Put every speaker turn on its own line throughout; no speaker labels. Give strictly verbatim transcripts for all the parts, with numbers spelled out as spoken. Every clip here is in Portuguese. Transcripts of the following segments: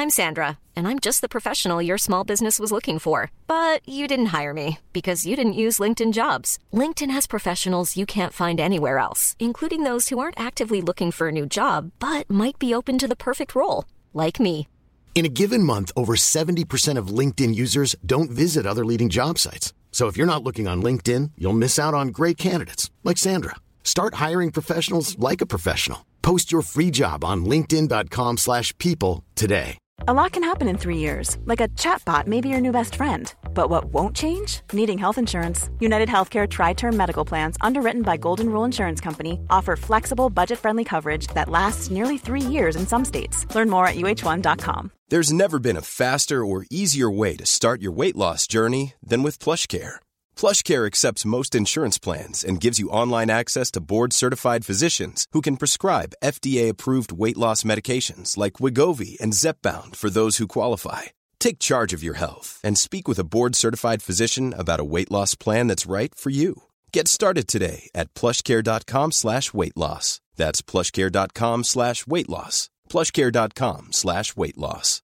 I'm Sandra, and I'm just the professional your small business was looking for. But you didn't hire me because you didn't use LinkedIn Jobs. LinkedIn has professionals you can't find anywhere else, including those who aren't actively looking for a new job, but might be open to the perfect role, like me.
In a given month, over seventy percent of LinkedIn users don't visit other leading job sites. So if you're not looking on LinkedIn, you'll miss out on great candidates like Sandra. Start hiring professionals like a professional. Post your free job on linkedin dot com slash people today.
A lot can happen in three years, like a chatbot may be your new best friend. But what won't change? Needing health insurance. United Healthcare Tri-Term Medical Plans, underwritten by Golden Rule Insurance Company, offer flexible, budget-friendly coverage that lasts nearly three years in some states. Learn more at U H one dot com.
There's never been a faster or easier way to start your weight loss journey than with PlushCare. PlushCare accepts most insurance plans and gives you online access to board-certified physicians who can prescribe F D A-approved weight loss medications like Wegovy and Zepbound for those who qualify. Take charge of your health and speak with a board-certified physician about a weight loss plan that's right for you. Get started today at plushcare.com slash weight loss. That's plushcare.com slash weight loss. plushcare.com slash weight loss.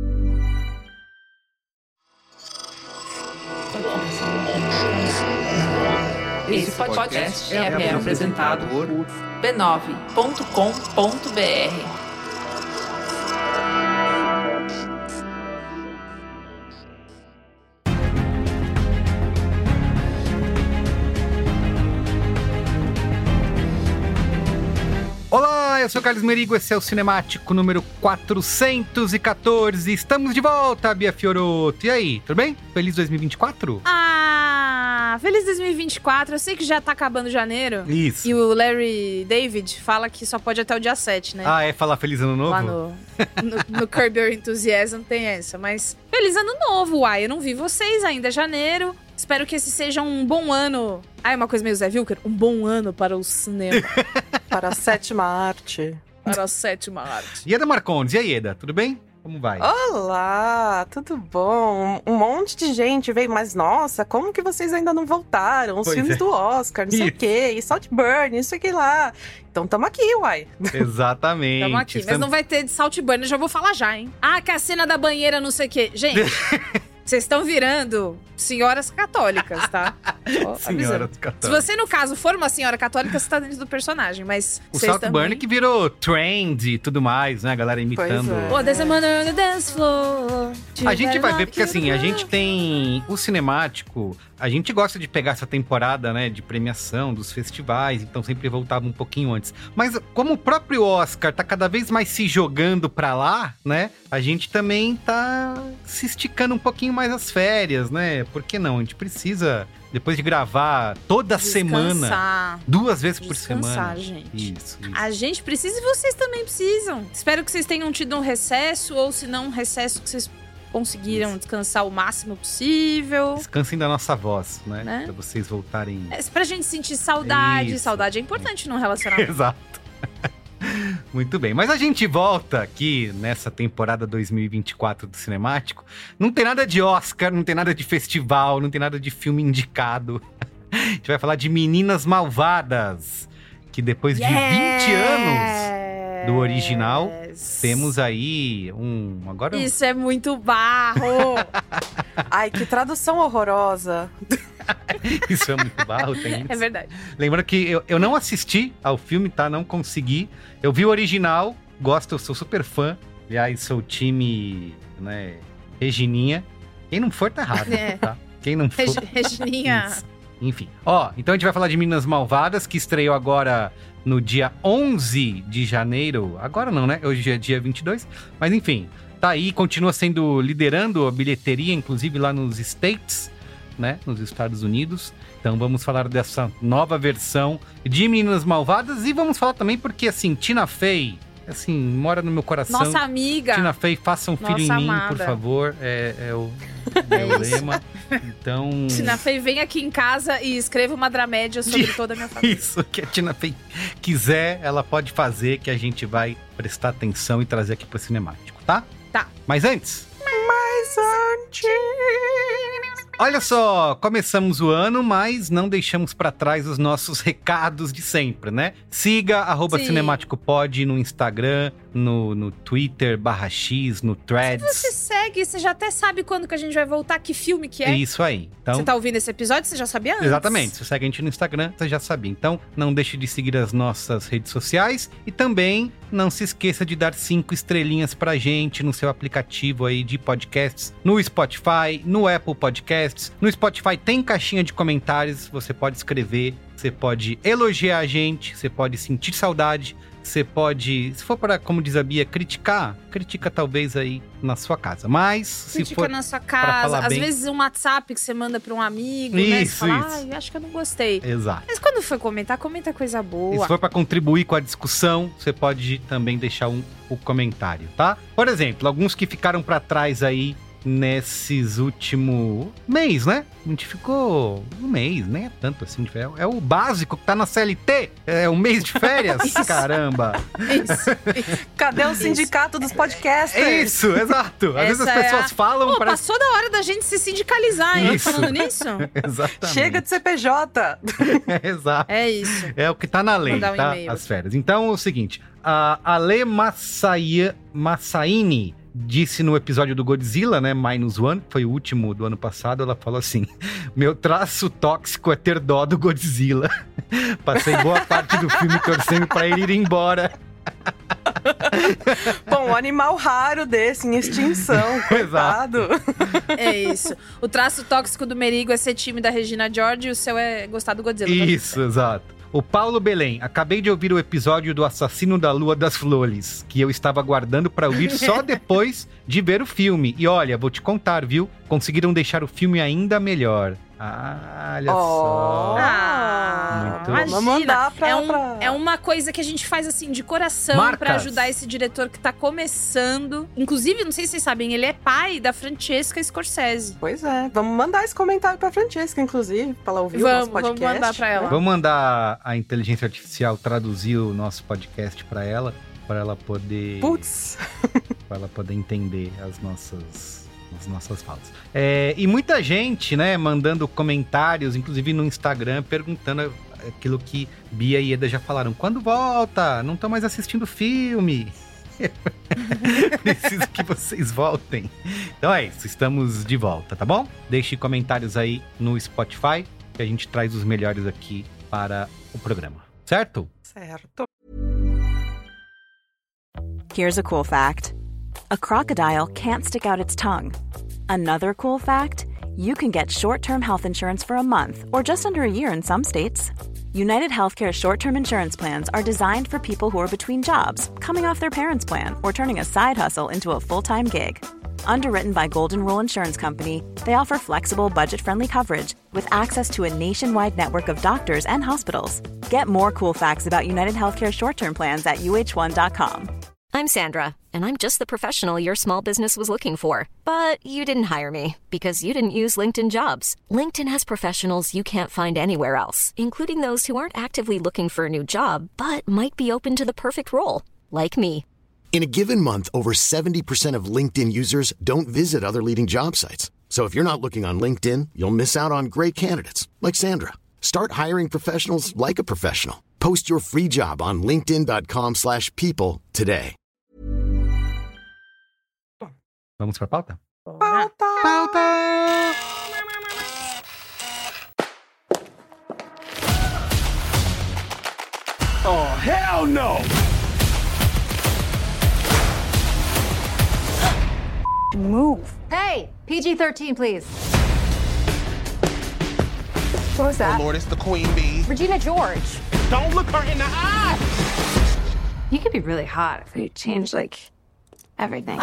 Esse podcast é, é apresentado por b nove ponto com ponto b r.
Olá, eu sou o Carlos Merigo, esse é o Cinemático número quatrocentos e quatorze. Estamos de volta, Bia Fiorotto. E aí, tudo bem? Feliz dois mil e vinte e quatro?
Ah, feliz dois mil e vinte e quatro. Eu sei que já tá acabando janeiro.
Isso.
E o Larry David fala que só pode até o dia sete, né?
Ah, é falar Feliz Ano Novo?
Lá no, no, no Curb Your Enthusiasm tem essa. Mas Feliz Ano Novo, uai. Eu não vi vocês ainda, é janeiro. Espero que esse seja um bom ano. Ah, é uma coisa meio Zé Wilker? Um bom ano para o cinema.
Para a sétima arte.
Para a sétima arte.
Ieda Marcondes, e aí, Ieda? Tudo bem? Como vai?
Olá, tudo bom? Um monte de gente veio, mas nossa, como que vocês ainda não voltaram? Os
Pois
filmes
é.
do Oscar, não sei
Isso.
o quê, e Saltburn, isso aqui lá. Então tamo aqui, uai.
Exatamente.
Tamo aqui. Mas
Estamos-
não vai ter de Saltburn, eu já vou falar já, hein? Ah, que a cena da banheira, não sei o quê. Gente, vocês estão virando senhoras católicas, tá? Ó, avisando.
Senhora
Se
católica.
você, no caso, for uma senhora católica, você tá dentro do personagem, mas
O
vocês
Saltburn
também...
que virou trend e tudo mais, né? A galera imitando.
Pois é.
Oh, there's a mother on the dance floor.
A gente vai ver, porque assim, a gente tem o cinemático, a gente gosta de pegar essa temporada, né, de premiação dos festivais, então sempre voltava um pouquinho antes. Mas como o próprio Oscar tá cada vez mais se jogando pra lá, né, a gente também tá se esticando um pouquinho mais as férias, né? Por que não? A gente precisa, depois de gravar toda semana,
Descansar.
duas vezes por
Descansar,
semana.
gente.
Isso, isso.
A gente precisa e vocês também precisam. Espero que vocês tenham tido um recesso, ou se não, um recesso que vocês conseguiram descansar o máximo possível.
Descansem da nossa voz, né?
Né?
Pra vocês voltarem.
É, pra gente sentir saudade.
Isso.
Saudade é importante num relacionamento.
Exato. Muito bem, mas a gente volta aqui nessa temporada dois mil e vinte e quatro do Cinemático. Não tem nada de Oscar, não tem nada de festival, não tem nada de filme indicado. A gente vai falar de Meninas Malvadas, que depois de vinte anos do original, temos aí um... Agora
Isso é muito barro.
Ai, que tradução horrorosa.
isso é muito barro, tem isso.
É verdade.
Lembrando que eu, eu não assisti ao filme, tá? Não consegui. Eu vi o original, gosto, eu sou super fã. Aliás, sou time, né, Regininha. Quem não for, tá errado,
É.
tá? Quem não for...
Regi- Regininha.
Isso. Enfim. Ó, então a gente vai falar de Meninas Malvadas, que estreou agora no dia onze de janeiro. Agora não, né? Hoje é dia vinte e dois. Mas enfim, tá aí, continua sendo, liderando a bilheteria, inclusive lá nos States, né? Nos Estados Unidos. Então vamos falar dessa nova versão de Meninas Malvadas. E vamos falar também porque, assim, Tina Fey, assim, mora no meu coração.
Nossa amiga.
Tina Fey, faça um filho
Nossa
em mim,
amada.
por favor. É, é o, é o lema. Então...
Tina Fey, vem aqui em casa e escreva uma dramédia sobre toda a minha família.
Isso, que a Tina Fey quiser, ela pode fazer, que a gente vai prestar atenção e trazer aqui pro Cinemático, tá?
Tá.
Mas antes...
Mas antes...
Olha só, começamos o ano, mas não deixamos pra trás os nossos recados de sempre, né? Siga arroba
Sim.
CinemáticoPod no Instagram, no, no Twitter, barra X, no Threads.
Se você segue, você já até sabe quando que a gente vai voltar, que filme que é.
É isso aí. Então,
você tá ouvindo esse episódio, você já sabia antes.
Exatamente. Se você segue a gente no Instagram, você já sabia. Então, não deixe de seguir as nossas redes sociais e também não se esqueça de dar cinco estrelinhas pra gente no seu aplicativo aí de podcasts, no Spotify, no Apple Podcasts. No Spotify tem caixinha de comentários, você pode escrever, você pode elogiar a gente, você pode sentir saudade, você pode, se for para, como diz a Bia, criticar, critica talvez aí na sua casa. Mas, se
critica
for
na sua casa, às
bem...
vezes um WhatsApp que você manda para um amigo,
isso,
né? Você fala,
isso.
ah, acho que eu não gostei.
Exato.
Mas quando for comentar, comenta coisa boa.
E se for para contribuir com a discussão, você pode também deixar um, um comentário, tá? Por exemplo, alguns que ficaram para trás aí nesses últimos mês, né? A gente ficou um mês, nem é tanto assim. É, é o básico que tá na C L T. É um mês de férias. Caramba.
Isso, isso.
Cadê o sindicato dos podcasters?
Isso, exato. Às
Essa
vezes as pessoas
é a...
falam...
Pô,
parece...
passou da hora da gente se sindicalizar, hein?
Isso.
Falando nisso.
Exatamente.
Chega de C P J.
É, exato.
É isso.
É o que tá na lei,
Mandar um
tá?
e-mail.
As férias. Então, é o seguinte. A Ale Massaia, Massaini disse no episódio do Godzilla, né, Minus One, foi o último do ano passado, ela falou assim: meu traço tóxico é ter dó do Godzilla. Passei boa parte do filme torcendo pra ele ir embora.
Bom, um animal raro desse, em extinção, coitado.
É isso. O traço tóxico do Merigo é ser time da Regina George e o seu é gostar do Godzilla.
Isso, exato. O Paulo Belém, acabei de ouvir o episódio do Assassino da Lua das Flores, que eu estava aguardando para ouvir só depois de ver o filme. E olha, vou te contar, viu? Conseguiram deixar o filme ainda melhor. Ah, olha
Oh.
só.
Ah,
Muito
imagina.
Vamos mandar pra-
é, um-
pra-
é uma coisa que a gente faz assim de coração
Marcas.
pra ajudar esse diretor que tá começando. Inclusive, não sei se vocês sabem, ele é pai da Francesca Scorsese.
Pois é, vamos mandar esse comentário pra Francesca, inclusive, pra ela ouvir o
Vamos,
nosso podcast.
vamos mandar pra ela.
Vamos mandar a inteligência artificial traduzir o nosso podcast para ela, para ela poder,
Putz,
para ela poder entender as nossas as nossas falas. É, e muita gente, né, mandando comentários, inclusive no Instagram, perguntando aquilo que Bia e Eda já falaram. Quando volta? Não tô mais assistindo filme. Preciso que vocês voltem. Então é isso, estamos de volta, tá bom? Deixe comentários aí no Spotify, que a gente traz os melhores aqui para o programa. Certo?
certo.
Here's a cool fact. A crocodile can't stick out its tongue. Another cool fact, you can get short-term health insurance for a month or just under a year in some states. United Healthcare short-term insurance plans are designed for people who are between jobs, coming off their parents' plan, or turning a side hustle into a full-time gig. Underwritten by Golden Rule Insurance Company, they offer flexible, budget-friendly coverage with access to a nationwide network of doctors and hospitals. Get more cool facts about United Healthcare short-term plans at U H one dot com.
I'm Sandra, and I'm just the professional your small business was looking for. But you didn't hire me because you didn't use LinkedIn Jobs. LinkedIn has professionals you can't find anywhere else, including those who aren't actively looking for a new job, but might be open to the perfect role, like me.
In a given month, over seventy percent of LinkedIn users don't visit other leading job sites. So if you're not looking on LinkedIn, you'll miss out on great candidates like Sandra. Start hiring professionals like a professional. Post your free job on linkedin dot com slash people today.
Vamos pra pauta?
Pauta!
Pauta!
Oh, hell no!
Move.
Hey, P G thirteen, please.
What was that?
Oh, Lord, it's the queen bee.
Regina George.
Don't look her in the eye!
You could be really hot if you changed, like, everything.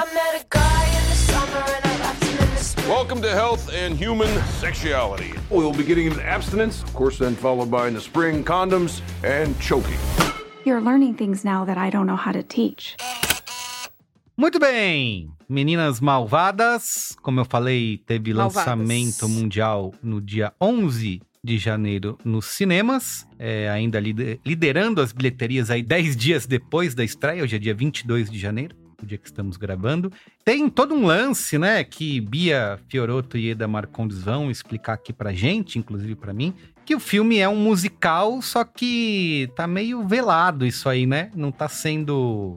Welcome to Health and Human Sexuality.
We'll be getting into abstinence, of course, then followed by in the spring, condoms and choking.
You're learning things now that I don't know how to teach.
Muito bem, Meninas Malvadas, como eu falei, teve
Malvadas.
lançamento mundial no dia onze de janeiro nos cinemas, é, ainda lider- liderando as bilheterias aí dez dias depois da estreia, hoje é dia vinte e dois de janeiro, o dia que estamos gravando. Tem todo um lance, né, que Bia Fiorotto e Eda Marcondes vão explicar aqui pra gente, inclusive pra mim, que o filme é um musical, só que tá meio velado isso aí, né? Não tá sendo...
Hum.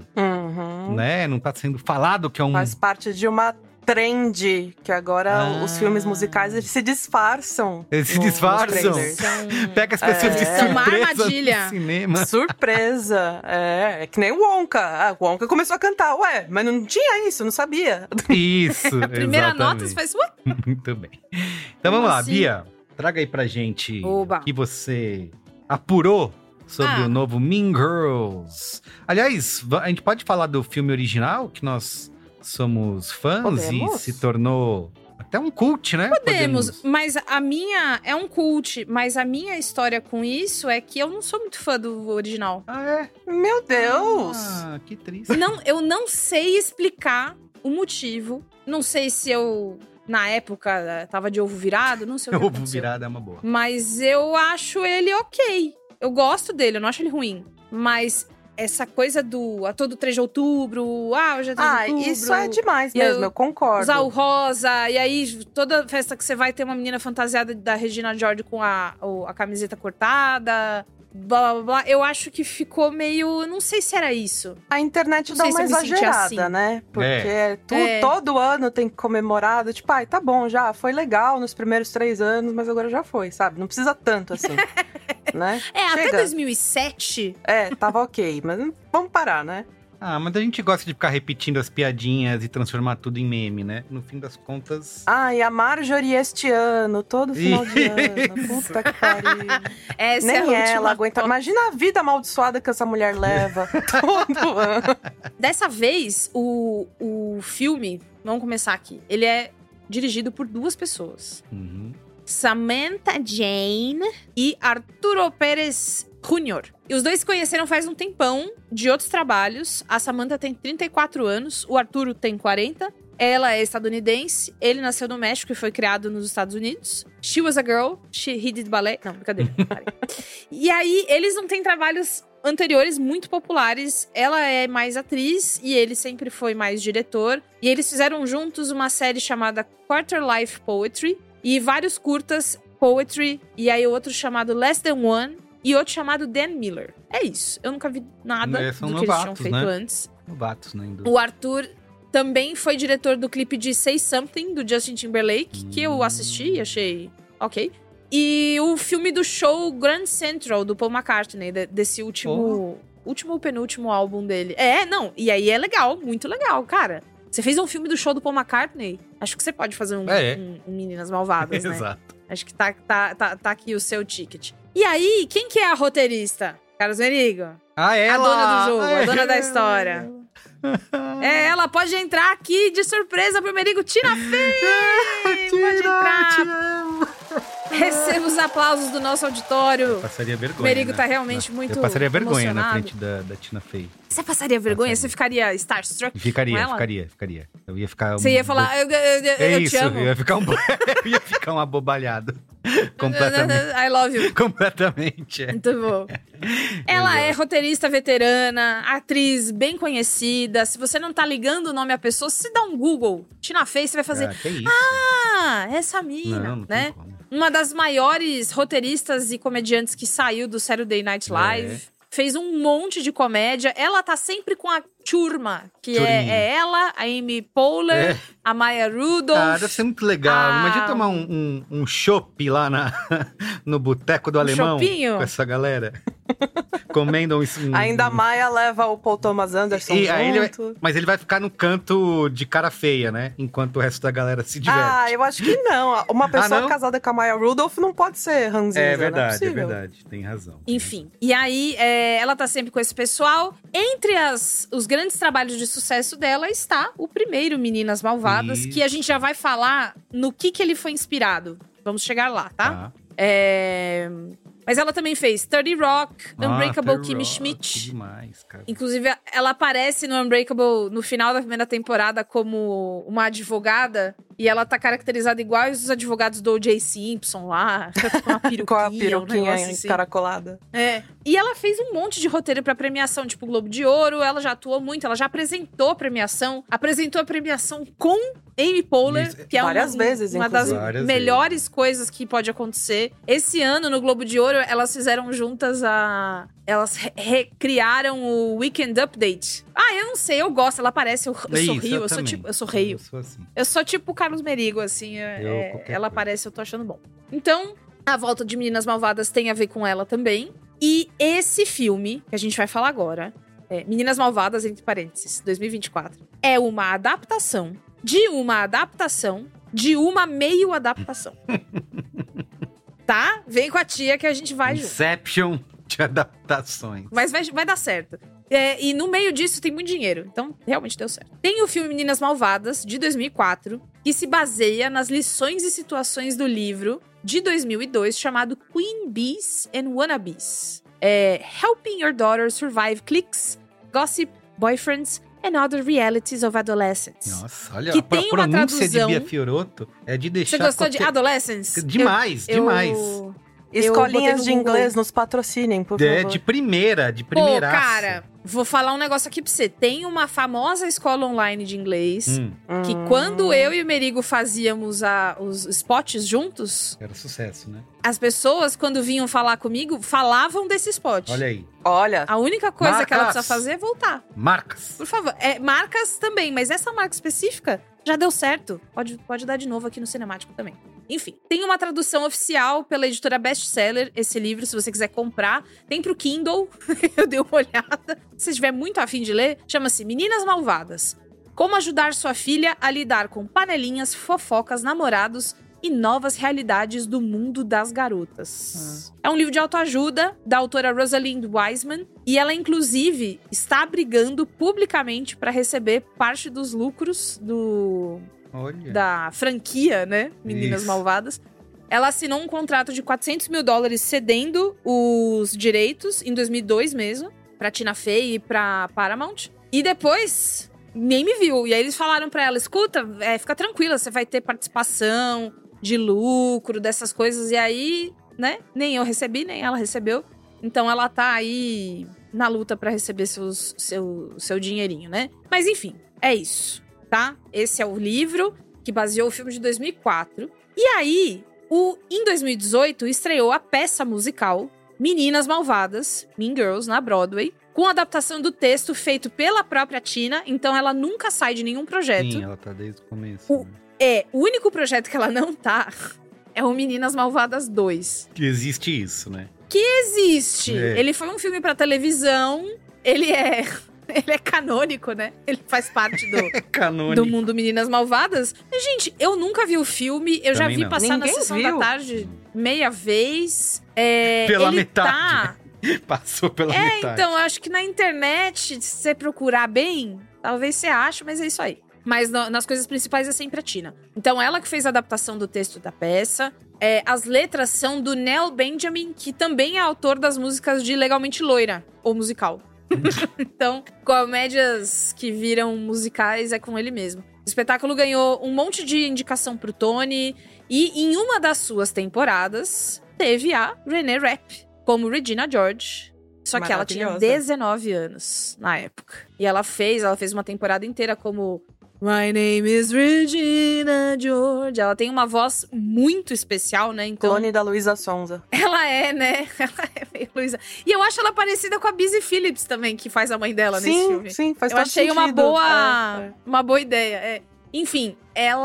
Uhum.
né? Não tá sendo falado que é um...
Faz parte de uma trend, que agora
Ah.
os filmes musicais eles se disfarçam.
Eles se
no- nos
disfarçam.
trailers.
São-
Pega as pessoas
É.
de
São
uma
surpresa
armadilha.
no cinema.
Surpresa. É, é que nem o Wonka. Ah, o Wonka começou a cantar. Ué, mas não tinha isso, não sabia.
Isso,
A primeira nota
exatamente.
faz. "Ué?"
Muito bem. Então
Como
vamos lá,
assim?
Bia. Traga aí pra gente
Oba.
o que você apurou sobre
Ah.
o novo Mean Girls. Aliás, va- a gente pode falar do filme original, que nós somos fãs
Podemos?
e se tornou até um cult, né?
Podemos, mas a minha é um cult, mas a minha história com isso é que eu não sou muito fã do original.
Ah, é?
Meu Deus.
Ah, que triste.
Não, eu não sei explicar o motivo. Não sei se eu, na época, tava de ovo virado, não sei o que
Ovo
aconteceu.
virado é uma boa.
Mas eu acho ele ok. Eu gosto dele, eu não acho ele ruim. Mas essa coisa do a todo três de outubro, ah, hoje é três
Ah,
de outubro.
isso é demais
E
mesmo,
eu-
eu concordo.
Usar o rosa, e aí toda festa que você vai ter uma menina fantasiada da Regina George com a, o- a camiseta cortada, blá blá blá. Eu acho que ficou meio. Não sei se era isso.
A internet
Não
dá
sei
uma
se eu me senti
exagerada,
assim.
né? Porque
É.
tu-
É.
todo ano tem que comemorar. Tipo, ai, tá bom, já foi legal nos primeiros três anos, mas agora já foi, sabe? Não precisa tanto assim, né?
É, até
Chega.
dois mil e sete.
É, tava ok, mas vamos parar, né?
Ah, mas a gente gosta de ficar repetindo as piadinhas e transformar tudo em meme, né? No fim das contas...
Ah, e a Marjorie este ano, todo final de ano.
Isso.
Puta que pariu.
Essa
Nem
é a última
ela aguenta.
foto.
Imagina a vida amaldiçoada que essa mulher leva todo ano.
Dessa vez, o, o filme, vamos começar aqui, ele é dirigido por duas pessoas.
Uhum.
Samantha Jane e Arturo Pérez Júnior E os dois se conheceram faz um tempão, de outros trabalhos. A Samantha tem trinta e quatro anos, o Arturo tem quarenta. Ela é estadunidense, ele nasceu no México e foi criado nos Estados Unidos. She was a girl, she, he did ballet. Não, brincadeira, parei. E aí, eles não têm trabalhos anteriores muito populares. Ela é mais atriz e ele sempre foi mais diretor. E eles fizeram juntos uma série chamada Quarter Life Poetry e vários curtas Poetry, e aí outro chamado Less Than One e outro chamado Dan Miller. É isso. Eu nunca vi nada
É, são
do que eles tinham
novatos,
feito
né?
antes.
Novatos, né? indústria.
O Arthur também foi diretor do clipe de Say Something, do Justin Timberlake, que eu assisti e achei ok. E o filme do show Grand Central, do Paul McCartney, de- desse último... Último ou penúltimo álbum dele. É, não. E aí é legal, muito legal, cara. Você fez um filme do show do Paul McCartney? Acho que você pode fazer um,
É.
um- um Meninas Malvadas, né?
Exato.
Acho que tá, tá, tá, tá aqui o seu ticket. E aí, quem que é a roteirista? Carlos Merigo.
Ah,
A
ela!
dona do jogo,
Ah,
a dona
ela.
da história. É, ela pode entrar aqui de surpresa pro Merigo. Tina Fey! Pode entrar. Receba os aplausos do nosso auditório.
Passaria vergonha.
O Merigo
né?
tá realmente
Não,
muito
Eu passaria vergonha na
emocionado.
frente da, da Tina Fey.
Você passaria vergonha?
Passaria.
Você ficaria starstruck com
Ficaria,
ela?
ficaria, ficaria. Eu ia ficar.
Você
um
ia falar,
bo-
eu, eu, eu,
É
eu
isso,
te amo.
eu ia ficar um, bo- eu ia ficar um abobalhado. Completamente.
I love you.
Completamente. É.
Muito bom. Ela é roteirista veterana, atriz bem conhecida. Se você não tá ligando o nome à pessoa, se dá um Google, Tina Fey, você vai fazer...
Ah, que isso?
Ah, essa mina,
Não, não tem
né?
como.
Uma das maiores roteiristas e comediantes que saiu do Saturday Night Live.
É.
Fez um monte de comédia. Ela tá sempre com a turma, que é,
Turminha.
é ela, a Amy Poehler,
É.
a Maya Rudolph.
Ah, deve ser muito legal.
Ah.
Imagina tomar um, um, um chopp lá na, no boteco do
Um
alemão
chopinho?
com essa galera. Comendo um...
Ainda a Maia leva o Paul Thomas Anderson
E
junto.
aí ele vai- mas ele vai ficar no canto de cara feia, né? Enquanto o resto da galera se diverte.
Ah, eu acho que não. Uma pessoa
não?
casada com a Maya Rudolph não pode ser ranzinza,
é
não é
verdade, é,
possível.
verdade. Tem razão.
Enfim, e aí é, ela tá sempre com esse pessoal. Entre as, os grandes trabalhos de sucesso dela está o primeiro Meninas Malvadas,
Isso.
que a gente já vai falar no que, que ele foi inspirado. Vamos chegar lá, tá?
Tá.
É, mas ela também fez thirty Rock,
Ah,
Unbreakable
The
Kimmy
Rock,
Schmidt.
que demais, cara.
Inclusive, ela aparece no Unbreakable no final da primeira temporada como uma advogada E ela tá caracterizada igual os advogados do O J Simpson lá, com a peruquinha.
Com a peruquinha
um assim.
encaracolada.
É. E ela fez um monte de roteiro pra premiação, tipo Globo de Ouro. Ela já atuou muito, ela já apresentou a premiação. Apresentou a premiação com Amy Poehler,
Isso,
que é
várias
um,
vezes,
uma das
Várias
melhores
vezes.
coisas que pode acontecer. Esse ano, no Globo de Ouro, elas fizeram juntas a... Elas re- recriaram o Weekend Update. Ah, eu não sei, eu gosto. Ela parece, eu, eu
É
sou
isso,
Rio,
eu
eu sou
também.
tipo, eu sou Rio.
Eu sou assim.
Eu sou tipo o Carlos Merigo, assim. é-
Eu,
é,
qualquer
ela
coisa.
parece, eu tô achando bom. Então, a volta de Meninas Malvadas tem a ver com ela também. E esse filme, que a gente vai falar agora, é Meninas Malvadas, entre parênteses, dois mil e vinte e quatro, é uma adaptação de uma adaptação de uma meio adaptação. Tá? Vem com a tia que a gente vai junto.
Inception de adaptações.
Mas vai, vai dar certo. É, e no meio disso tem muito dinheiro. Então, realmente deu certo. Tem o filme Meninas Malvadas, de dois mil e quatro, que se baseia nas lições e situações do livro de dois mil e dois, chamado Queen Bees and Wannabes. É, Helping Your Daughter Survive Cliques, Gossip, Boyfriends and Other Realities of Adolescence.
Nossa, olha,
Que
a
tem uma
pronúncia
tradução-
de Bia Fiorotto é de deixar
Você gostou de
qualquer-
Adolescence?
Demais,
Eu-
demais.
eu- eu botei
Escolinhas
no
de
Google.
inglês, nos patrocinem, por
É,
favor.
de primeira, de
Pô,
primeiraça.
cara, vou falar um negócio aqui pra você. Tem uma famosa escola online de inglês
Hum,
que quando eu e o Merigo fazíamos a- os spots juntos,
era sucesso, né?
as pessoas, quando vinham falar comigo, falavam desse spot.
Olha aí.
Olha,
A única coisa que ela
Marcas.
precisa fazer é voltar.
Marcas.
Por favor. É, marcas também, mas essa marca específica já deu certo. Pode, pode dar de novo aqui no Cinemático também. Enfim, tem uma tradução oficial pela editora Bestseller, esse livro, se você quiser comprar. Tem pro Kindle, eu dei uma olhada. Se você estiver muito afim de ler, chama-se Meninas Malvadas. Como ajudar sua filha a lidar com panelinhas, fofocas, namorados e novas realidades do mundo das garotas. É um livro de autoajuda da autora Rosalind Wiseman. E ela, inclusive, está brigando publicamente para receber parte dos lucros do...
Olha.
da franquia, né? Meninas
Isso.
Malvadas. Ela assinou um contrato de quatrocentos mil dólares cedendo os direitos, em dois mil e dois mesmo, pra Tina Fey e pra Paramount. E depois, nem me viu. E aí eles falaram pra ela, escuta, é, fica tranquila, você vai ter participação de lucro, dessas coisas. E aí, né? Nem eu recebi, nem ela recebeu. Então ela tá aí na luta pra receber seus, seu, seu dinheirinho, né? Mas enfim, é isso. Tá? Esse é o livro que baseou o filme de dois mil e quatro. E aí, o, em dois mil e dezoito, estreou a peça musical Meninas Malvadas, Mean Girls, na Broadway, com adaptação do texto feito pela própria Tina, então ela nunca sai de nenhum projeto.
Sim, ela tá desde o começo.
O-
né?
É, o único projeto que ela não tá é o Meninas Malvadas dois.
Que existe isso, né?
Que existe!
É.
Ele foi um filme pra televisão, ele é... Ele é canônico, né? Ele faz parte do...
Canônico.
do mundo Meninas Malvadas. E, gente, eu nunca vi o filme. Eu já
Também
vi
não.
passar
Ninguém
na sessão
viu.
da tarde meia vez. É,
Pela
ele
metade.
Tá...
Passou pela
É,
metade.
então, eu acho que na internet, se você procurar bem, talvez você ache, mas é isso aí. Mas no- nas coisas principais é sempre a Tina. Então, ela que fez a adaptação do texto da peça. É, as letras são do Nell Benjamin, que também é autor das músicas de Legalmente Loira, ou musical. Então, comédias que viram musicais é com ele mesmo. O espetáculo ganhou um monte de indicação pro Tony. E em uma das suas temporadas, teve a Renée Rapp como Regina George. Só que ela tinha
Maravilhosa.
dezenove anos na época. E ela fez, ela fez uma temporada inteira como My name is Regina George. Ela tem uma voz muito especial, né? Então,
Clone da Luísa Sonza.
ela é, né? Ela é meio Luísa. E eu acho ela parecida com a Busy Phillips também, que faz a mãe dela nesse
Sim,
filme.
sim, faz
Eu
todo
achei uma
sentido.
boa,
É, é.
uma boa ideia. É. Enfim,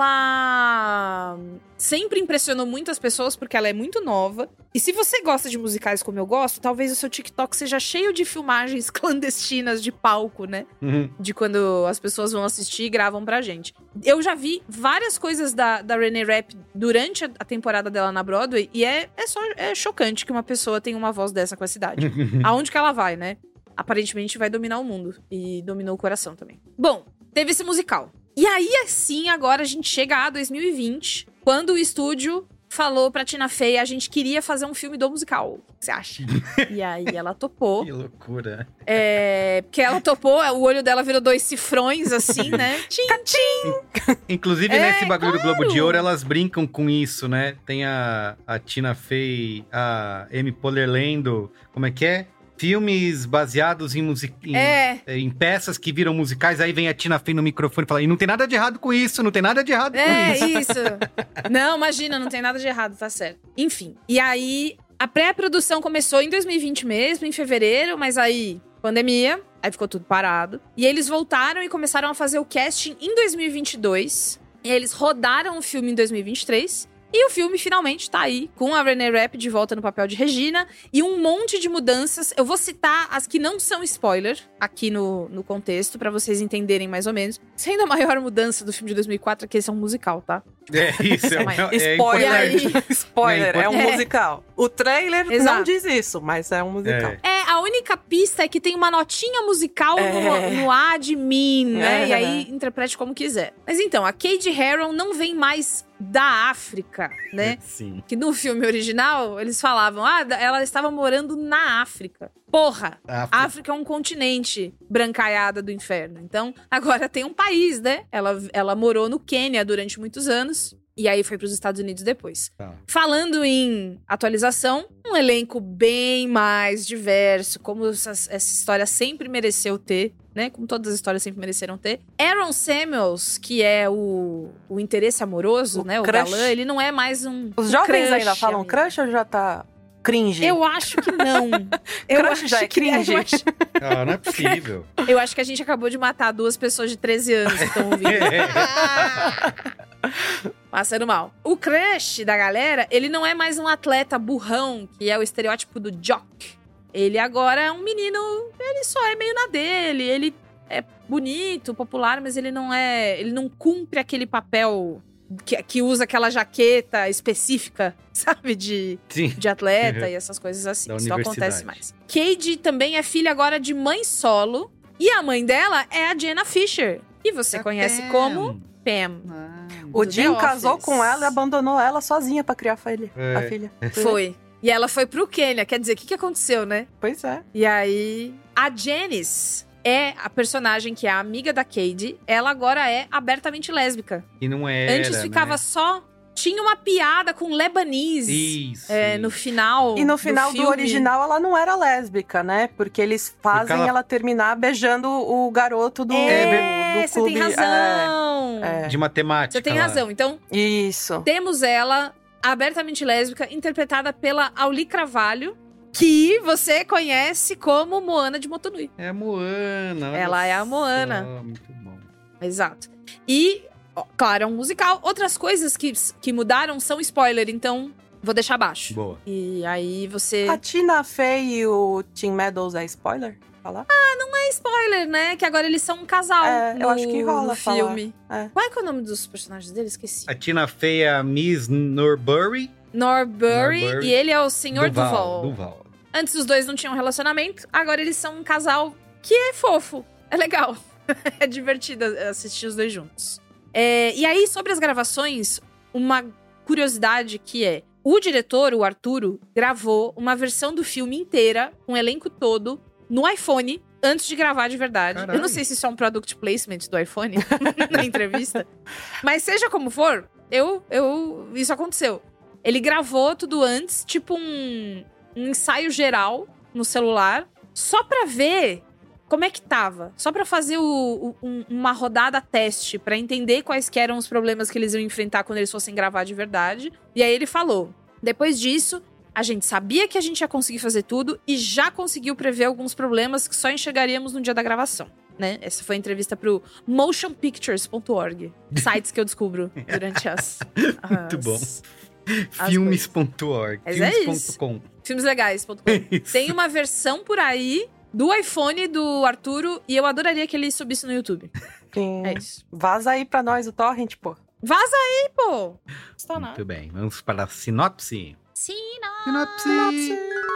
ela sempre impressionou muitas pessoas porque ela é muito nova. E se você gosta de musicais como eu gosto, talvez o seu TikTok seja cheio de filmagens clandestinas de palco, né?
Uhum.
De quando as pessoas vão assistir e gravam pra gente. Eu já vi várias coisas da, da Renée Rapp durante a, a temporada dela na Broadway e é, é só é chocante que uma pessoa tenha uma voz dessa com essa idade. Aonde que ela vai, né? Aparentemente vai dominar o mundo. E dominou o coração também. Bom, teve esse musical. E aí, assim, agora a gente chega a dois mil e vinte, quando o estúdio falou pra Tina Fey, a gente queria fazer um filme do musical. O que você acha? E aí ela topou.
Que loucura.
É, porque ela topou, o olho dela virou dois cifrões, assim, né? Tchim, tchim.
Inclusive,
É,
nesse bagulho
claro.
do Globo de Ouro, elas brincam com isso, né? Tem a, a Tina Fey, a Amy Poehler lendo, como é que é? Filmes baseados em, music... em,
É.
em peças que viram musicais, aí vem a Tina Fey no microfone e fala, e não tem nada de errado com isso, não tem nada de errado com
É,
isso.
isso. Não, imagina, não tem nada de errado, tá certo. Enfim, e aí a pré-produção começou em dois mil e vinte mesmo, em fevereiro, mas aí pandemia, aí ficou tudo parado. E eles voltaram e começaram a fazer o casting em dois mil e vinte e dois. E eles rodaram o filme em dois mil e vinte e três. E o filme finalmente tá aí, com a Renee Rapp de volta no papel de Regina. E um monte de mudanças. Eu vou citar as que não são spoiler aqui no, no contexto, pra vocês entenderem mais ou menos. Sendo a maior mudança do filme de dois mil e quatro, é que esse é um musical, tá?
É isso, é,
maior.
é, é
Spoiler.
importante.
Spoiler, é, um
É.
musical. O trailer
Exato.
não diz isso, mas é um musical.
É.
É, a única pista é que tem uma notinha musical
É.
no, no admin, né?
É.
E aí, interprete como quiser. Mas então, a Cady Heron não vem mais da África, né?
Sim.
Que no filme original, eles falavam, ah, ela estava morando na África. Porra!
África.
África é um continente brancaiada do inferno. Então, agora tem um país, né? Ela, ela morou no Quênia durante muitos anos. E aí foi para os Estados Unidos depois.
Tá.
Falando em atualização, um elenco bem mais diverso, como essa, essa história sempre mereceu ter, né? Como todas as histórias sempre mereceram ter. Aaron Samuels, que é o, o interesse amoroso,
O
né? O
crush.
galã, ele não é mais um
Os
um
jovens
crush,
ainda falam
amiga.
crush ou já tá cringe?
Eu acho que não. Eu
Crush
acho
já é
que,
cringe?
Eu acho,
Ah, não é possível.
eu acho que a gente acabou de matar duas pessoas de treze anos que estão ouvindo. Passando mal. O crush da galera, ele não é mais um atleta burrão, que é o estereótipo do jock. Ele agora é um menino, ele só é meio na dele, ele é bonito, popular, mas ele não é, ele não cumpre aquele papel que, que usa aquela jaqueta específica, sabe, de,
Sim.
de atleta
Uhum.
e essas coisas assim.
Da
Isso não acontece
universidade.
mais. Cady também é filha agora de mãe solo, e a mãe dela é a Jenna Fisher, que você
A
conhece
Pam.
como Pam.
O
do
Jim
The
casou
Office.
com ela e abandonou ela sozinha pra criar a filha.
É.
A filha.
Foi. E ela foi pro Quênia. Quer dizer, o que, que aconteceu, né?
Pois é.
E aí, a Janice é a personagem que é a amiga da Cady. Ela agora é abertamente lésbica.
E não era,
Antes ficava
né?
só... Tinha uma piada com Lebanese.
Isso.
É, no final
E no final do,
filme.
original ela não era lésbica, né? Porque eles fazem
Porque ela-
ela... terminar beijando o garoto do,
É,
do
você
clube.
tem razão.
É, é.
De matemática.
Você tem
lá.
razão. Então,
Isso.
temos ela, abertamente lésbica, interpretada pela Auli Carvalho, que você conhece como Moana de Motonui.
É a Moana. olha
Ela é a
só,
Moana.
Muito bom.
Exato. E, ó, claro, é um musical. Outras coisas que, que mudaram são spoiler, então vou deixar abaixo.
Boa.
E aí você...
A Tina Fey e o Tim Meadows é spoiler? Falar?
Não é spoiler, né? Que agora eles são um casal
É,
no,
eu acho que rola
no
falar.
filme.
É.
Qual é, que é o nome dos personagens dele? Esqueci.
A Tina Fey é a Miss Norbury.
Norbury,
Norbury.
e ele é o senhor
Duval.
Duval.
Duval.
Antes os dois não tinham relacionamento, agora eles são um casal que é fofo. É legal. É divertido assistir os dois juntos. É, e aí, sobre as gravações, uma curiosidade que é... O diretor, o Arturo, gravou uma versão do filme inteira, com o elenco todo, no iPhone, antes de gravar de verdade.
Caralho.
Eu não sei se isso é um product placement do iPhone, na entrevista. Mas seja como for, eu, eu, isso aconteceu. Ele gravou tudo antes, tipo um, um ensaio geral no celular, só pra ver como é que tava. Só pra fazer o, o, um- uma rodada teste, pra entender quais que eram os problemas que eles iam enfrentar quando eles fossem gravar de verdade. E aí ele falou, depois disso, a gente sabia que a gente ia conseguir fazer tudo e já conseguiu prever alguns problemas que só enxergaríamos no dia da gravação. Né? Essa foi a entrevista pro motion pictures ponto org, sites que eu descubro durante as...
Muito
as-
bom.
as
Filmes ponto org.
Mas é
Filmes
isso.
ponto com.
filmeslegais ponto com.
Isso.
Tem uma versão por aí do iPhone do Arturo e eu adoraria que ele subisse no YouTube.
Sim.
É isso.
Vaza aí pra nós o torrent, pô.
Vaza aí, pô! Está nada.
Muito bem. Vamos para a sinopse.
Sim,
Sinopse.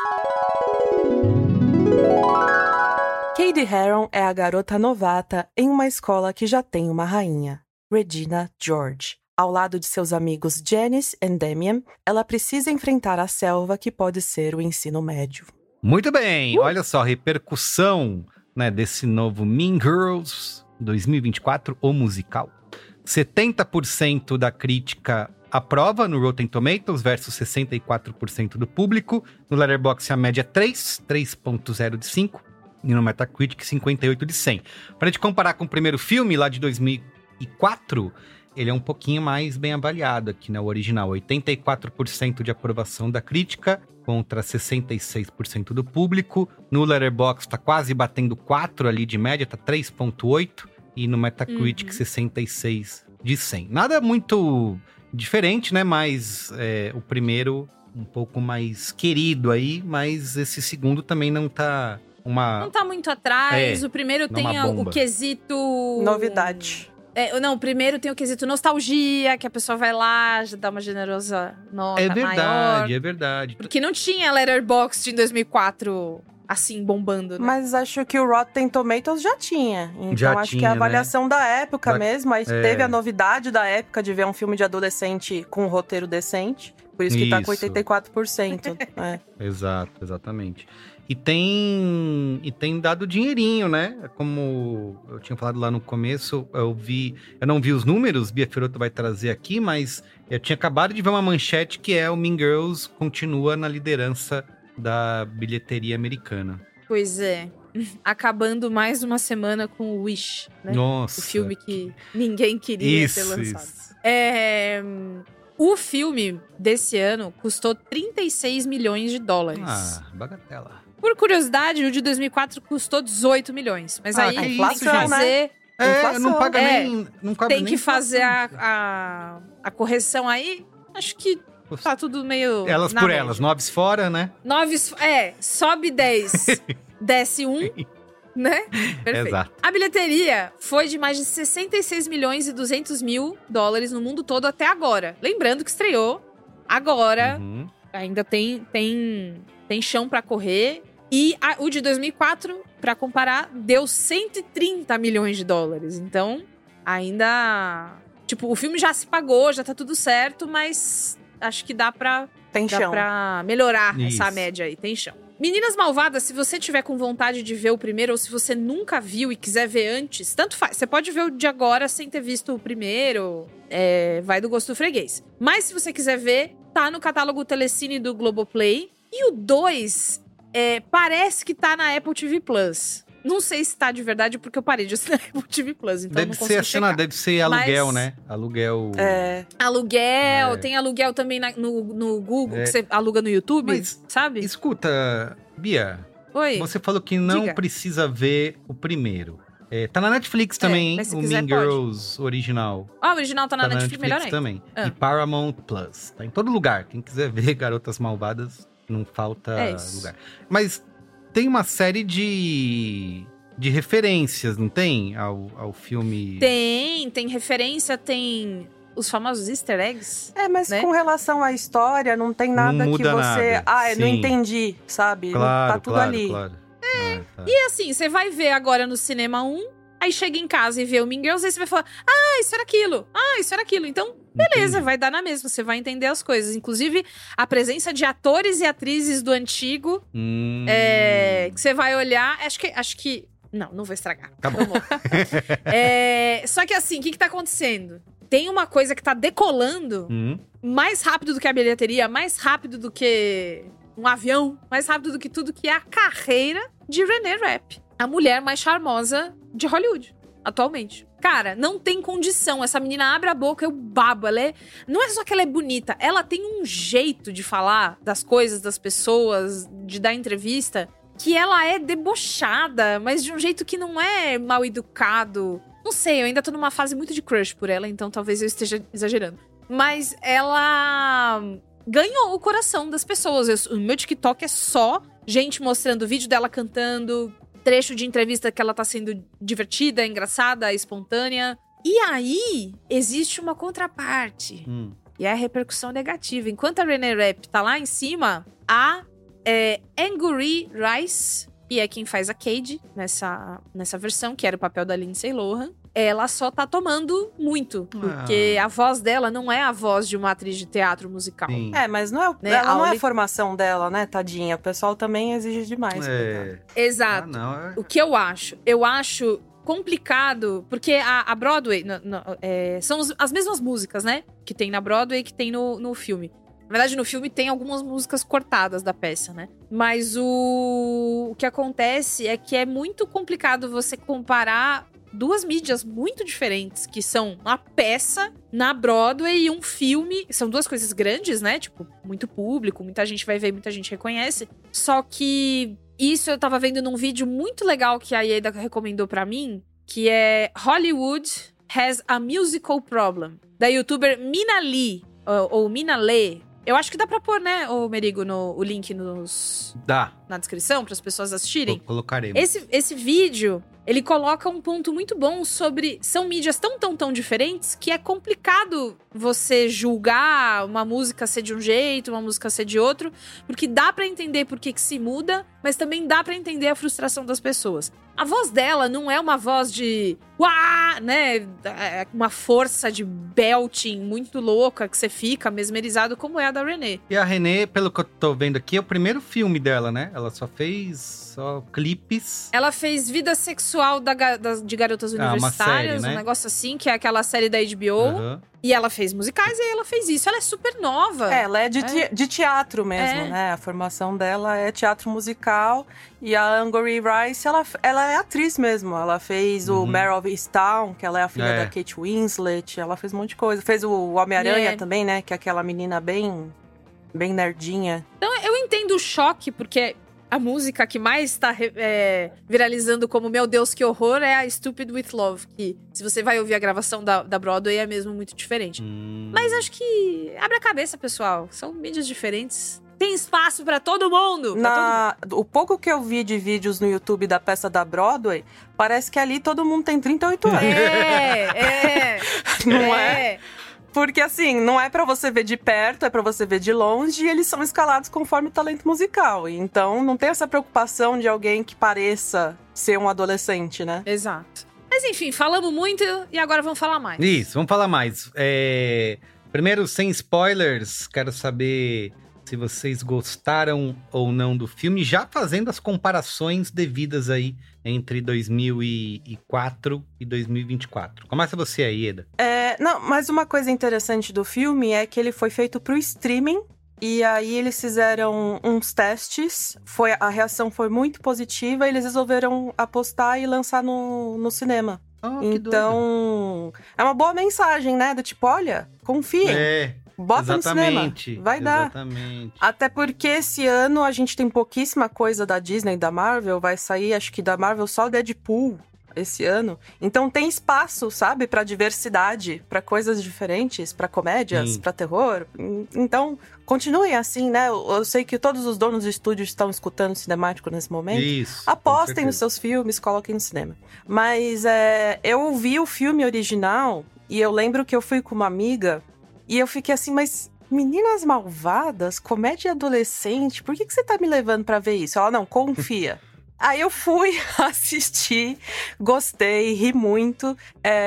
Cady Heron é a garota novata em uma escola que já tem uma rainha, Regina George. Ao lado de seus amigos Janice e Damian, ela precisa enfrentar a selva que pode ser o ensino médio.
Muito bem, uh! Olha só, repercussão, né, desse novo Mean Girls dois mil e vinte e quatro, o musical. setenta por cento da crítica aprova no Rotten Tomatoes versus sessenta e quatro por cento do público. No Letterboxd a média é três, três ponto zero de cinco. E no Metacritic cinquenta e oito de cem. Pra gente comparar com o primeiro filme, lá de dois mil e quatro, ele é um pouquinho mais bem avaliado aqui, né? O original, oitenta e quatro por cento de aprovação da crítica contra sessenta e seis por cento do público. No Letterboxd tá quase batendo quatro ali de média, tá três ponto oito. E no Metacritic, uhum. sessenta e seis de cem. Nada muito diferente, né? Mas é, o primeiro um pouco mais querido aí, mas esse segundo também não tá uma...
Não tá muito atrás. É, o primeiro tem o, o quesito...
Novidade.
É, não, o primeiro tem o quesito nostalgia, que a pessoa vai lá, já dá uma generosa nota maior.
É verdade, maior, é verdade.
Porque não tinha Letterboxd em dois mil e quatro... assim, bombando, né?
Mas acho que o Rotten Tomatoes já tinha. Então
já
acho
tinha,
que é a avaliação
né?
da época
da...
mesmo. Aí é. teve a novidade da época de ver um filme de adolescente com um roteiro decente. Por isso que isso. tá com oitenta e quatro por cento. é.
Exato, exatamente. E tem, e tem dado dinheirinho, né? Como eu tinha falado lá no começo, eu vi... Eu não vi os números, Bia Fiorotto vai trazer aqui, mas eu tinha acabado de ver uma manchete que é o Mean Girls continua na liderança da bilheteria americana.
Pois é. Acabando mais uma semana com o Wish, né?
Nossa.
O filme que ninguém queria
isso,
ter lançado.
Isso.
É... O filme desse ano custou trinta e seis milhões de dólares.
Ah, bagatela.
Por curiosidade, o de dois mil e quatro custou dezoito milhões. Mas
ah,
aí tem
inflação,
que fazer...
Né? É, não paga
é,
nem... Não
tem
nem
que fazer a, a, a correção aí. Acho que tá tudo meio...
Elas por média. Elas, noves fora, né?
Noves... É, sobe dez, desce um, né? Perfeito.
Exato.
A bilheteria foi de mais de sessenta e seis milhões e duzentos mil dólares no mundo todo até agora. Lembrando que estreou agora. Uhum. Ainda tem, tem, tem chão pra correr. E a, o de dois mil e quatro, pra comparar, deu cento e trinta milhões de dólares. Então, ainda... Tipo, o filme já se pagou, já tá tudo certo, mas acho que dá pra,
tem
dá
chão.
pra melhorar
Isso.
essa média aí. Tem chão. Meninas Malvadas, se você tiver com vontade de ver o primeiro, ou se você nunca viu e quiser ver antes, tanto faz. Você pode ver o de agora sem ter visto o primeiro. É, vai do gosto do freguês. Mas se você quiser ver, tá no catálogo Telecine do Globoplay. E o dois... É, parece que tá na Apple T V Plus. Não sei se tá de verdade, porque eu parei de assinar Apple T V Plus, então
deve
não
ser assinar, deve ser aluguel,
Mas,
né? Aluguel.
É. Aluguel, é. Tem aluguel também na, no, no Google, é. que você aluga no YouTube,
mas,
sabe?
Escuta, Bia.
Oi.
Você falou que não
Diga.
precisa ver o primeiro. É, tá na Netflix também,
é,
hein? O
quiser,
Mean Girls original.
Ah, o original tá na,
tá na
Netflix,
Netflix
melhor
também.
Ah.
E Paramount Plus. Tá em todo lugar. Quem quiser ver Garotas Malvadas, não falta
é
lugar. Mas tem uma série de, de referências, não tem? Ao, ao filme.
Tem, tem referência, tem os famosos easter eggs.
É, mas
né?
com relação à história, não tem nada
não
que você...
Nada.
Ah, eu
Sim.
não entendi, sabe?
Claro,
tá tudo
claro,
ali.
Claro.
É,
ah, tá.
E assim, você vai ver agora no cinema um, aí chega em casa e vê o Mean Girls, aí você vai falar, ah, isso era aquilo, ah, isso era aquilo. Então, beleza,
Entendi.
vai dar na mesma, você vai entender as coisas. Inclusive, a presença de atores e atrizes do antigo,
hum.
é, que você vai olhar, acho que... Acho que não, não vou estragar.
Tá bom.
é, só que assim, o que que tá acontecendo? Tem uma coisa que tá decolando
hum.
mais rápido do que a bilheteria, mais rápido do que um avião, mais rápido do que tudo, que é a carreira de Renée Rapp. A mulher mais charmosa de Hollywood, atualmente. Cara, não tem condição. Essa menina abre a boca, eu babo. Ela é... Não é só que ela é bonita, ela tem um jeito de falar das coisas, das pessoas, de dar entrevista, que ela é debochada, mas de um jeito que não é mal educado. Não sei, eu ainda tô numa fase muito de crush por ela, então talvez eu esteja exagerando. Mas ela ganhou o coração das pessoas. Eu, o meu TikTok é só gente mostrando vídeo dela cantando, trecho de entrevista que ela tá sendo divertida, engraçada, espontânea. E aí, existe uma contraparte.
Hum.
E é a repercussão negativa. Enquanto a Renée Rapp tá lá em cima, a é, Angourie Rice, que é quem faz a Cade nessa, nessa versão, que era o papel da Lindsay Lohan, ela só tá tomando muito. Porque ah. a voz dela não é a voz de uma atriz de teatro musical.
Sim. É, mas não é, né? ela a não Oli... é a formação dela, né, tadinha? O pessoal também exige demais.
É.
Exato. Ah, não, é... O que eu acho? Eu acho complicado, porque a, a Broadway no, no, é, são as mesmas músicas, né? Que tem na Broadway e que tem no, no filme. Na verdade, no filme tem algumas músicas cortadas da peça, né? Mas o, o que acontece é que é muito complicado você comparar duas mídias muito diferentes, que são uma peça na Broadway e um filme. São duas coisas grandes, né? Tipo, muito público, muita gente vai ver, muita gente reconhece. Só que isso eu tava vendo num vídeo muito legal que a Ieda recomendou pra mim, que é Hollywood Has a Musical Problem, da youtuber Mina Lee, ou, ou Mina Lee. Eu acho que dá pra pôr, né, ô Merigo, no, o link nos...
Dá.
Na descrição, para as pessoas assistirem.
Colocaremos.
Esse, esse vídeo, ele coloca um ponto muito bom sobre... São mídias tão, tão, tão diferentes que é complicado você julgar uma música ser de um jeito, uma música ser de outro, porque dá pra entender por que que se muda, mas também dá pra entender a frustração das pessoas. A voz dela não é uma voz de... Uá! Né? É uma força de belting muito louca que você fica mesmerizado, como é a da Renée.
E a Renée, pelo que eu tô vendo aqui, é o primeiro filme dela, né? Ela só fez só clipes.
Ela fez Vida Sexual da, da, de Garotas Universitárias, ah, série, né? Um negócio assim, que é aquela série da H B O. Uhum. E ela fez musicais e aí ela fez isso. Ela é super nova.
É, ela é de, é. de teatro mesmo, é. né? A formação dela é teatro musical. E a Angourie Rice, ela, ela é atriz mesmo. Ela fez uhum. o Mare of Easttown, que ela é a filha é. da Kate Winslet. Ela fez um monte de coisa. Fez o Homem-Aranha é. também, né? Que é aquela menina bem, bem nerdinha.
Então, eu entendo o choque, porque... A música que mais tá é, viralizando como Meu Deus, que horror é a Stupid With Love. Que, se você vai ouvir a gravação da, da Broadway, é mesmo muito diferente. Hum. Mas acho que abre a cabeça, pessoal. São mídias diferentes. Tem espaço pra todo mundo. Pra
Na...
todo mundo.
O pouco que eu vi de vídeos no YouTube da peça da Broadway, parece que ali todo mundo tem trinta e oito anos.
É, é.
Não
é?
é? Porque, assim, não é pra você ver de perto, é pra você ver de longe, e eles são escalados conforme o talento musical. Então, não tem essa preocupação de alguém que pareça ser um adolescente, né?
Exato. Mas, enfim, falamos muito e agora vamos falar mais.
Isso, vamos falar mais. É... Primeiro, sem spoilers, quero saber se vocês gostaram ou não do filme, já fazendo as comparações devidas aí entre dois mil e quatro e dois mil e vinte e quatro. Começa você aí, Eda.
É, não, mas uma coisa interessante do filme é que ele foi feito pro streaming, e aí eles fizeram uns testes, foi, a reação foi muito positiva, e eles resolveram apostar e lançar no, no cinema.
Oh,
então, é uma boa mensagem, né? Do tipo, olha, confiem.
É.
Bota
exatamente,
no cinema, vai
exatamente.
dar. Até porque esse ano a gente tem pouquíssima coisa da Disney e da Marvel. Vai sair, acho que da Marvel só o Deadpool esse ano. Então tem espaço, sabe, pra diversidade, pra coisas diferentes, pra comédias, Sim. pra terror. Então, continuem assim, né? Eu sei que todos os donos de estúdios estão escutando o cinemático nesse momento.
Isso,
apostem nos seus filmes, coloquem no cinema. Mas é, eu vi o filme original e eu lembro que eu fui com uma amiga e eu fiquei assim, mas Meninas Malvadas, comédia adolescente, por que, que você tá me levando pra ver isso? Ela, não, confia. Aí eu fui assistir, gostei, ri muito.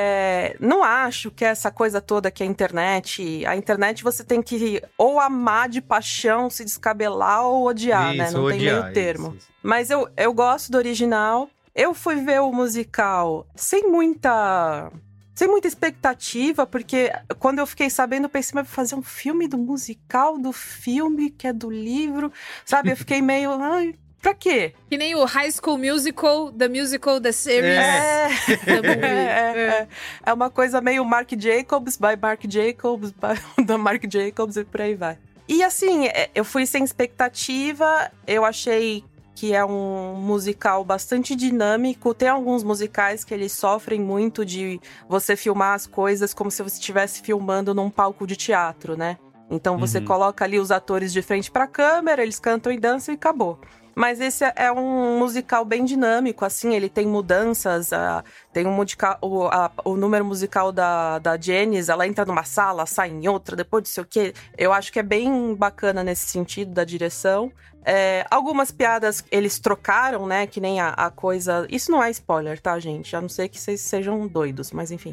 É, não acho que essa coisa toda que é a internet... A internet você tem que ou amar de paixão, se descabelar ou odiar,
isso,
né? Não
odiar,
tem meio termo.
Isso, isso.
Mas eu, eu gosto do original. Eu fui ver o musical sem muita... Sem muita expectativa, porque quando eu fiquei sabendo, eu pensei, mas vou fazer um filme do musical, do filme que é do livro, sabe? Eu fiquei meio... Ai, pra quê?
Que nem o High School Musical, The Musical, The Series.
É, é, é, é. é uma coisa meio Marc Jacobs, by Marc Jacobs, by, da Marc Jacobs e por aí vai. E assim, eu fui sem expectativa, eu achei que é um musical bastante dinâmico. Tem alguns musicais que eles sofrem muito de você filmar as coisas como se você estivesse filmando num palco de teatro, né? Então você uhum. coloca ali os atores de frente pra câmera, eles cantam e dançam e acabou. Mas esse é um musical bem dinâmico, assim, ele tem mudanças, uh, tem um musical, o, a, o número musical da, da Janice, ela entra numa sala, sai em outra, depois de sei o quê. Eu acho que é bem bacana nesse sentido da direção. É, algumas piadas eles trocaram, né, que nem a, a coisa... Isso não é spoiler, tá, gente? A não ser que vocês sejam doidos, mas enfim.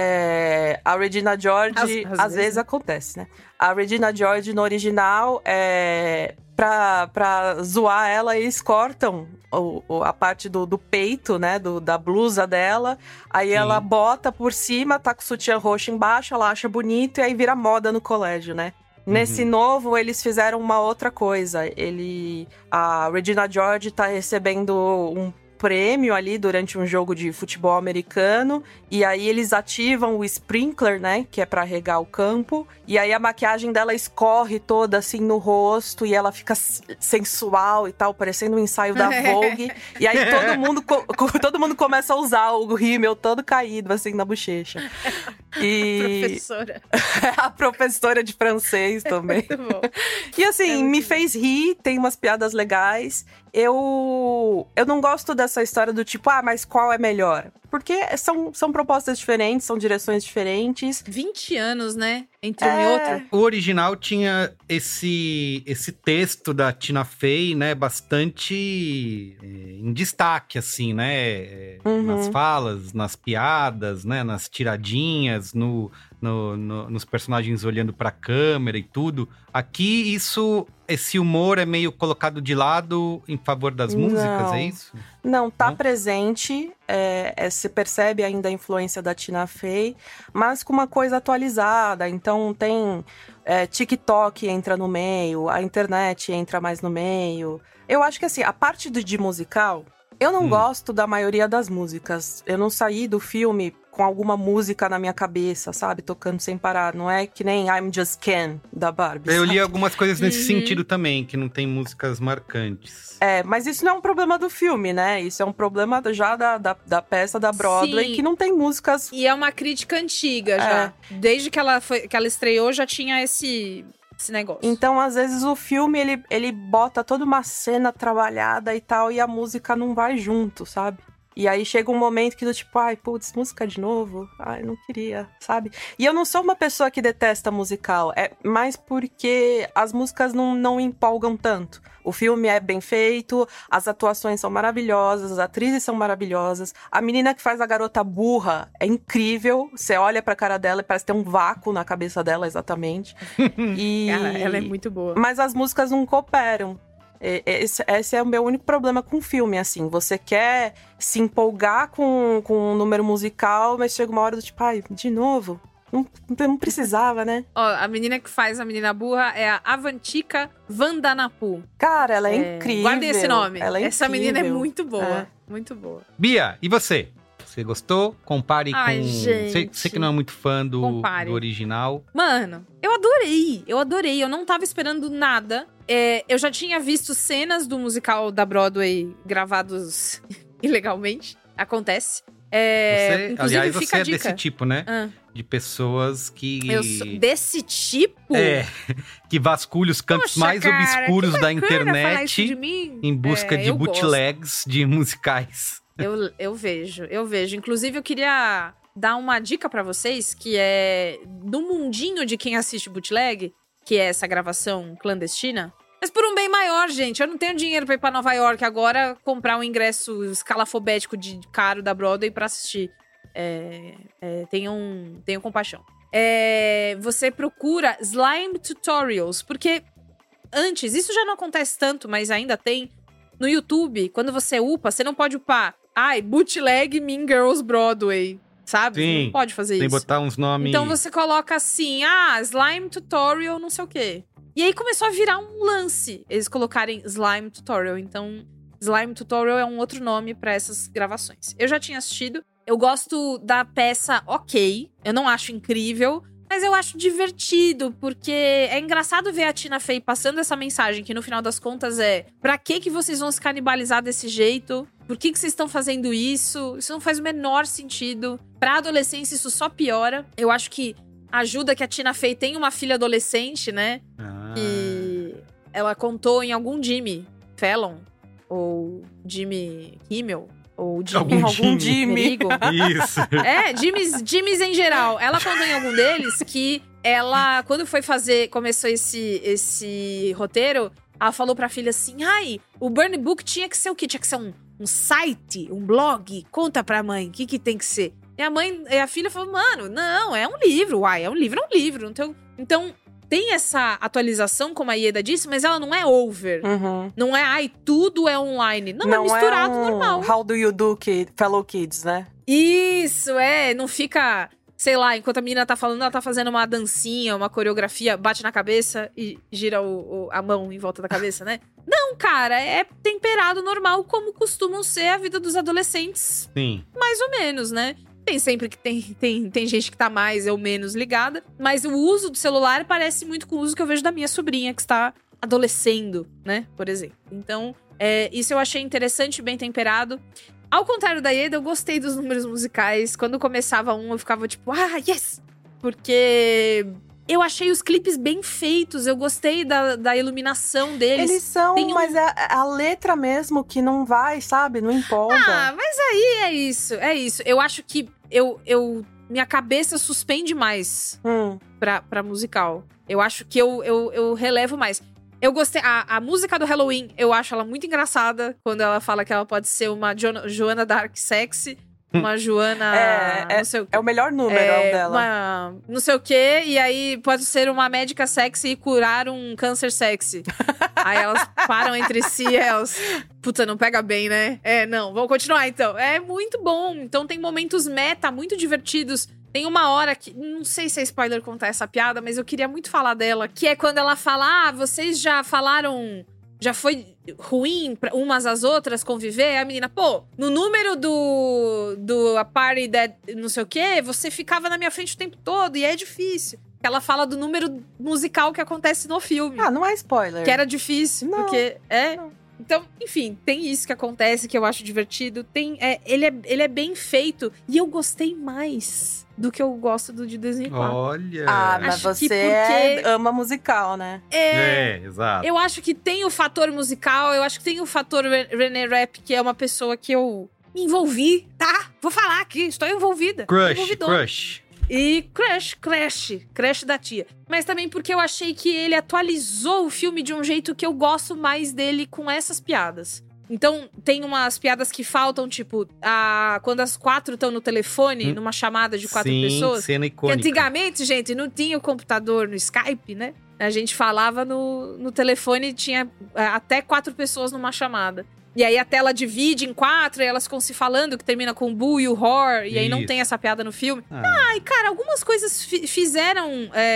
É, a Regina George, às, às, às vezes, vezes acontece, né? A Regina George, no original, é... Pra, pra zoar ela, eles cortam o, o, a parte do, do peito, né, do, da blusa dela. Aí Sim. ela bota por cima, tá com o sutiã roxo embaixo, ela acha bonito e aí vira moda no colégio, né? Uhum. Nesse novo, eles fizeram uma outra coisa. Ele, a Regina George tá recebendo um prêmio ali durante um jogo de futebol americano, e aí eles ativam o sprinkler, né, que é pra regar o campo, e aí a maquiagem dela escorre toda assim no rosto, e ela fica sensual e tal, parecendo um ensaio da Vogue, e aí todo mundo, todo mundo começa a usar o rímel todo caído assim na bochecha. E...
A professora.
A professora de francês também.
É muito bom.
E assim,
é
me
bom.
fez rir, tem umas piadas legais. Eu, eu não gosto dessa história do tipo, ah, mas qual é melhor? Porque são, são propostas diferentes, são direções diferentes.
vinte anos, né? Entre um
É.
e outro.
O original tinha esse, esse texto da Tina Fey, né, bastante é, em destaque, assim, né?
Uhum.
Nas falas, nas piadas, né, nas tiradinhas, no, no, no- nos personagens olhando pra câmera e tudo. Aqui, isso, esse humor é meio colocado de lado em favor das músicas,
Não.
é isso?
Não, tá
Não?
presente, é, é, se percebe ainda a influência da Tina Fey, mas com uma coisa atualizada. Então tem é, TikTok entra no meio, a internet entra mais no meio. Eu acho que assim, a parte do, de musical, eu não
Hum.
gosto da maioria das músicas. Eu não saí do filme com alguma música na minha cabeça, sabe? Tocando sem parar. Não é que nem I'm Just Ken, da Barbie.
Eu
sabe?
li algumas coisas nesse
Uhum.
sentido também, que não tem músicas marcantes.
É, mas isso não é um problema do filme, né? Isso é um problema já da, da, da peça da Broadway,
Sim.
que não tem músicas.
E é uma crítica antiga
É.
já. Desde que ela, foi, que ela estreou, já tinha esse, esse negócio.
Então, às vezes, o filme, ele, ele bota toda uma cena trabalhada e tal, e a música não vai junto, sabe? E aí chega um momento que do tipo, ai, putz, música de novo? Ai, não queria, sabe? E eu não sou uma pessoa que detesta musical, é mais porque as músicas não, não empolgam tanto. O filme é bem feito, as atuações são maravilhosas, as atrizes são maravilhosas. A menina que faz a garota burra é incrível. Você olha pra cara dela e parece ter um vácuo na cabeça dela, exatamente. E...
Cara, ela é muito boa.
Mas as músicas não cooperam. E- Esse, esse é o meu único problema com o filme, assim. Você quer se empolgar com, com um número musical, mas chega uma hora do tipo, ai, de novo? Não, não precisava, né?
Ó, a menina que faz a menina burra é a Avantika Vandanapu.
Cara, ela é,
É,
incrível.
Guardem esse nome.
Ela é
Essa menina é
incrível.
muito boa.
É.
Muito boa.
Bia, e você? Você gostou? Compare
Ai,
com...
gente.
Você, você que não é muito fã do,
Compare.
do original.
Mano, eu adorei. Eu adorei. Eu não tava esperando nada. É, eu já tinha visto cenas do musical da Broadway gravados ilegalmente. Acontece. É,
Você,
inclusive,
aliás,
fica
você
a
é
dica.
desse tipo, né?
Ah,
De pessoas que...
eu sou desse tipo?
É, que vasculha os campos
Poxa,
mais
cara,
obscuros
que
da
bacana falar isso de
internet
mim.
em busca
É,
de
eu gosto.
bootlegs de musicais.
Eu, eu vejo, eu vejo. Inclusive, eu queria dar uma dica pra vocês, que é no mundinho de quem assiste bootleg, que é essa gravação clandestina. Mas por um bem maior, gente. Eu não tenho dinheiro pra ir pra Nova York agora comprar um ingresso escalafobético de caro da Broadway pra assistir. É, é, tenham, tenham compaixão. É, você procura Slime Tutorials, porque antes, isso já não acontece tanto, mas ainda tem. No YouTube, quando você upa, você não pode upar. Ai, bootleg Mean Girls Broadway, sabe? Você
Sim,
não pode fazer
Tem que
isso.
botar uns nomes...
Então você coloca assim, ah, Slime Tutorial, não sei o quê. E aí começou a virar um lance, eles colocarem Slime Tutorial. Então, Slime Tutorial é um outro nome pra essas gravações. Eu já tinha assistido, eu gosto da peça ok, eu não acho incrível, mas eu acho divertido, porque é engraçado ver a Tina Fey passando essa mensagem, que no final das contas é, pra que que vocês vão se canibalizar desse jeito? Por que que vocês estão fazendo isso? Isso não faz o menor sentido. Pra adolescência, isso só piora. Eu acho que ajuda que a Tina Fey tem uma filha adolescente, né?
Ah,
E ela contou em algum Jimmy Fallon ou Jimmy Kimmel, ou Jimmy,
Algum
algum
Jimmy.
Merigo.
Isso.
É, Jimmys, Jimmys em geral. Ela contou em algum deles que ela, quando foi fazer, começou esse, esse roteiro, ela falou pra filha assim, ai, o Burn Book tinha que ser o quê? Tinha que ser um, um site, um blog? Conta pra mãe, o que que tem que ser? E a mãe, e a filha falou, mano, não, é um livro, uai, é um livro, é um livro. Não tem... Então, tem essa atualização, como a Ieda disse, mas ela não é over.
Uhum.
Não é, ai, tudo é online. Não,
Não
é misturado
é um
normal.
How do you do, kid, fellow kids, né?
Isso, é, não fica... Sei lá, enquanto a menina tá falando, ela tá fazendo uma dancinha, uma coreografia, bate na cabeça e gira o, o, a mão em volta da cabeça, né? Não, cara, é temperado normal, como costumam ser a vida dos adolescentes.
Sim.
Mais ou menos, né? Tem sempre que tem, tem, tem gente que tá mais ou menos ligada, mas o uso do celular parece muito com o uso que eu vejo da minha sobrinha, que está adolescendo, né? Por exemplo. Então, é, isso eu achei interessante, bem temperado. Ao contrário da Ieda, eu gostei dos números musicais. Quando começava um, eu ficava tipo, ah, yes! Porque eu achei os clipes bem feitos, eu gostei da, da iluminação deles.
Eles são,
Tem um-
mas é a letra mesmo que não vai, sabe? Não empolga.
Ah, mas aí é isso, é isso. Eu acho que eu, eu minha cabeça suspende mais
hum.
pra, pra musical. Eu acho que eu, eu, eu relevo mais. Eu gostei. A, a música do Halloween, eu acho ela muito engraçada. Quando ela fala que ela pode ser uma Jo- Joana Dark sexy. Uma Joana.
É,
não sei o quê.
É o melhor número
É,
dela.
uma não sei o quê. E aí pode ser uma médica sexy e curar um câncer sexy. Aí elas param entre si e elas... Puta, não pega bem, né? É, não. Vamos continuar, então. É muito bom. Então tem momentos meta muito divertidos. Tem uma hora que... Não sei se é spoiler contar essa piada, mas eu queria muito falar dela. Que é quando ela fala... Ah, vocês já falaram... Já foi ruim pra umas às outras conviver? Aí a menina, pô, no número do... Do A Party That não sei o quê, você ficava na minha frente o tempo todo. E é difícil. Ela fala do número musical que acontece no filme.
Ah, não é spoiler.
Que era difícil,
Não,
porque... É...
não.
Então, enfim, tem isso que acontece, que eu acho divertido. Tem, é, ele, é, ele é bem feito. E eu gostei mais do que eu gosto do de dois mil e quatro.
Olha.
Ah, mas
Acho que
você é-
porque-
ama musical, né?
É,
É, exato.
eu acho que tem o fator musical, eu acho que tem o fator Re- René Rapp, que é uma pessoa que eu me envolvi, tá? Vou falar aqui, estou envolvida.
Crush,
Envolvidona.
crush.
E crush, crush, crush da tia. Mas também porque eu achei que ele atualizou o filme de um jeito que eu gosto mais dele com essas piadas. Então, tem umas piadas que faltam, tipo, a, quando as quatro estão no telefone,
Hum.
numa chamada de quatro
Sim,
pessoas.
cena
Que
icônica.
antigamente, gente, não tinha o computador no Skype, né? A gente falava no, no telefone e tinha é, até quatro pessoas numa chamada. E aí a tela divide em quatro, e elas ficam se falando, que termina com o Boo e o Hor, e aí não
Isso.
tem essa piada no filme.
Ah.
Ai, cara, algumas coisas fi- fizeram.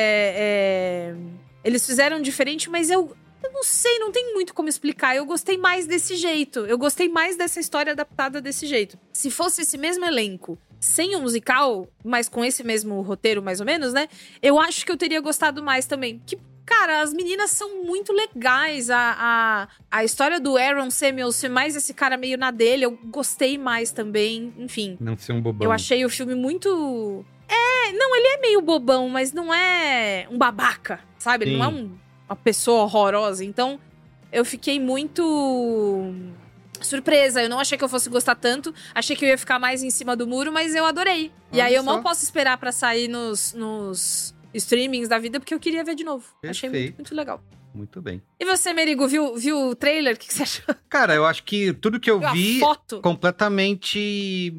é, é, eles fizeram diferente, mas eu, eu não sei, não tem muito como explicar. Eu gostei mais desse jeito. Eu gostei mais dessa história adaptada desse jeito. Se fosse esse mesmo elenco, sem o musical, mas com esse mesmo roteiro, mais ou menos, né? Eu acho que eu teria gostado mais também. Que, cara, as meninas são muito legais. A, a, a história do Aaron Samuel ser mais esse cara meio na dele, eu gostei mais também. Enfim.
Não ser um bobão.
Eu achei o filme muito... É, não, ele é meio bobão, mas não é um babaca, sabe? Ele
Sim.
não é um- uma pessoa horrorosa. Então, eu fiquei muito surpresa. Eu não achei que eu fosse gostar tanto. Achei que eu ia ficar mais em cima do muro, mas eu adorei. E
Olha
aí, eu
só.
mal posso esperar pra sair nos, nos streamings da vida, porque eu queria ver de novo. Achei muito,
Perfeito.
muito legal.
Muito bem.
E você, Merigo, viu, viu o trailer? O que que você achou?
Cara, eu acho que tudo que eu
Viu a
vi
foto?
completamente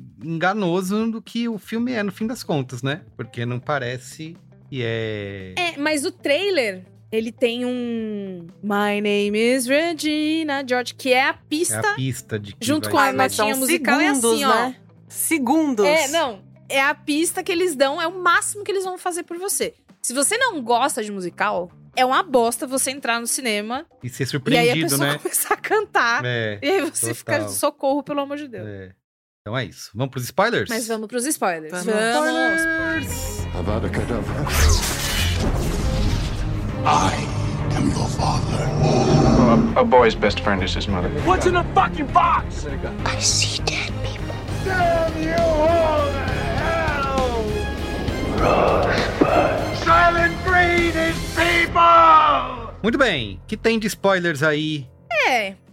enganoso do que o filme é, no fim das contas, né? Porque não parece e é...
É, mas o trailer, ele tem um My name is Regina George, que é a
É
pista,
a pista de que
junto
vai
com a
ser.
mas são
notinha musical, é
segundos,
assim, ó.
né? Segundos.
É, não, é a pista que eles dão, é o máximo que eles vão fazer por você. Se você não gosta de musical, é uma bosta você entrar no cinema
E ser
e aí a
surpreendido,
pessoa
né?
começar a cantar.
É,
E aí você
total.
fica, socorro, pelo amor de Deus.
é. Então é isso. Vamos pros spoilers?
Mas vamos pros spoilers.
Vamos.
Vamos.
Avada Kedavra. I am your father.
Well, a, a boy's best friend is his mother.
What's in the fucking box?
I see dead people.
Damn you all to hell! Rosebud. Silent Green is people!
Muito bem. O que tem de spoilers aí?
É,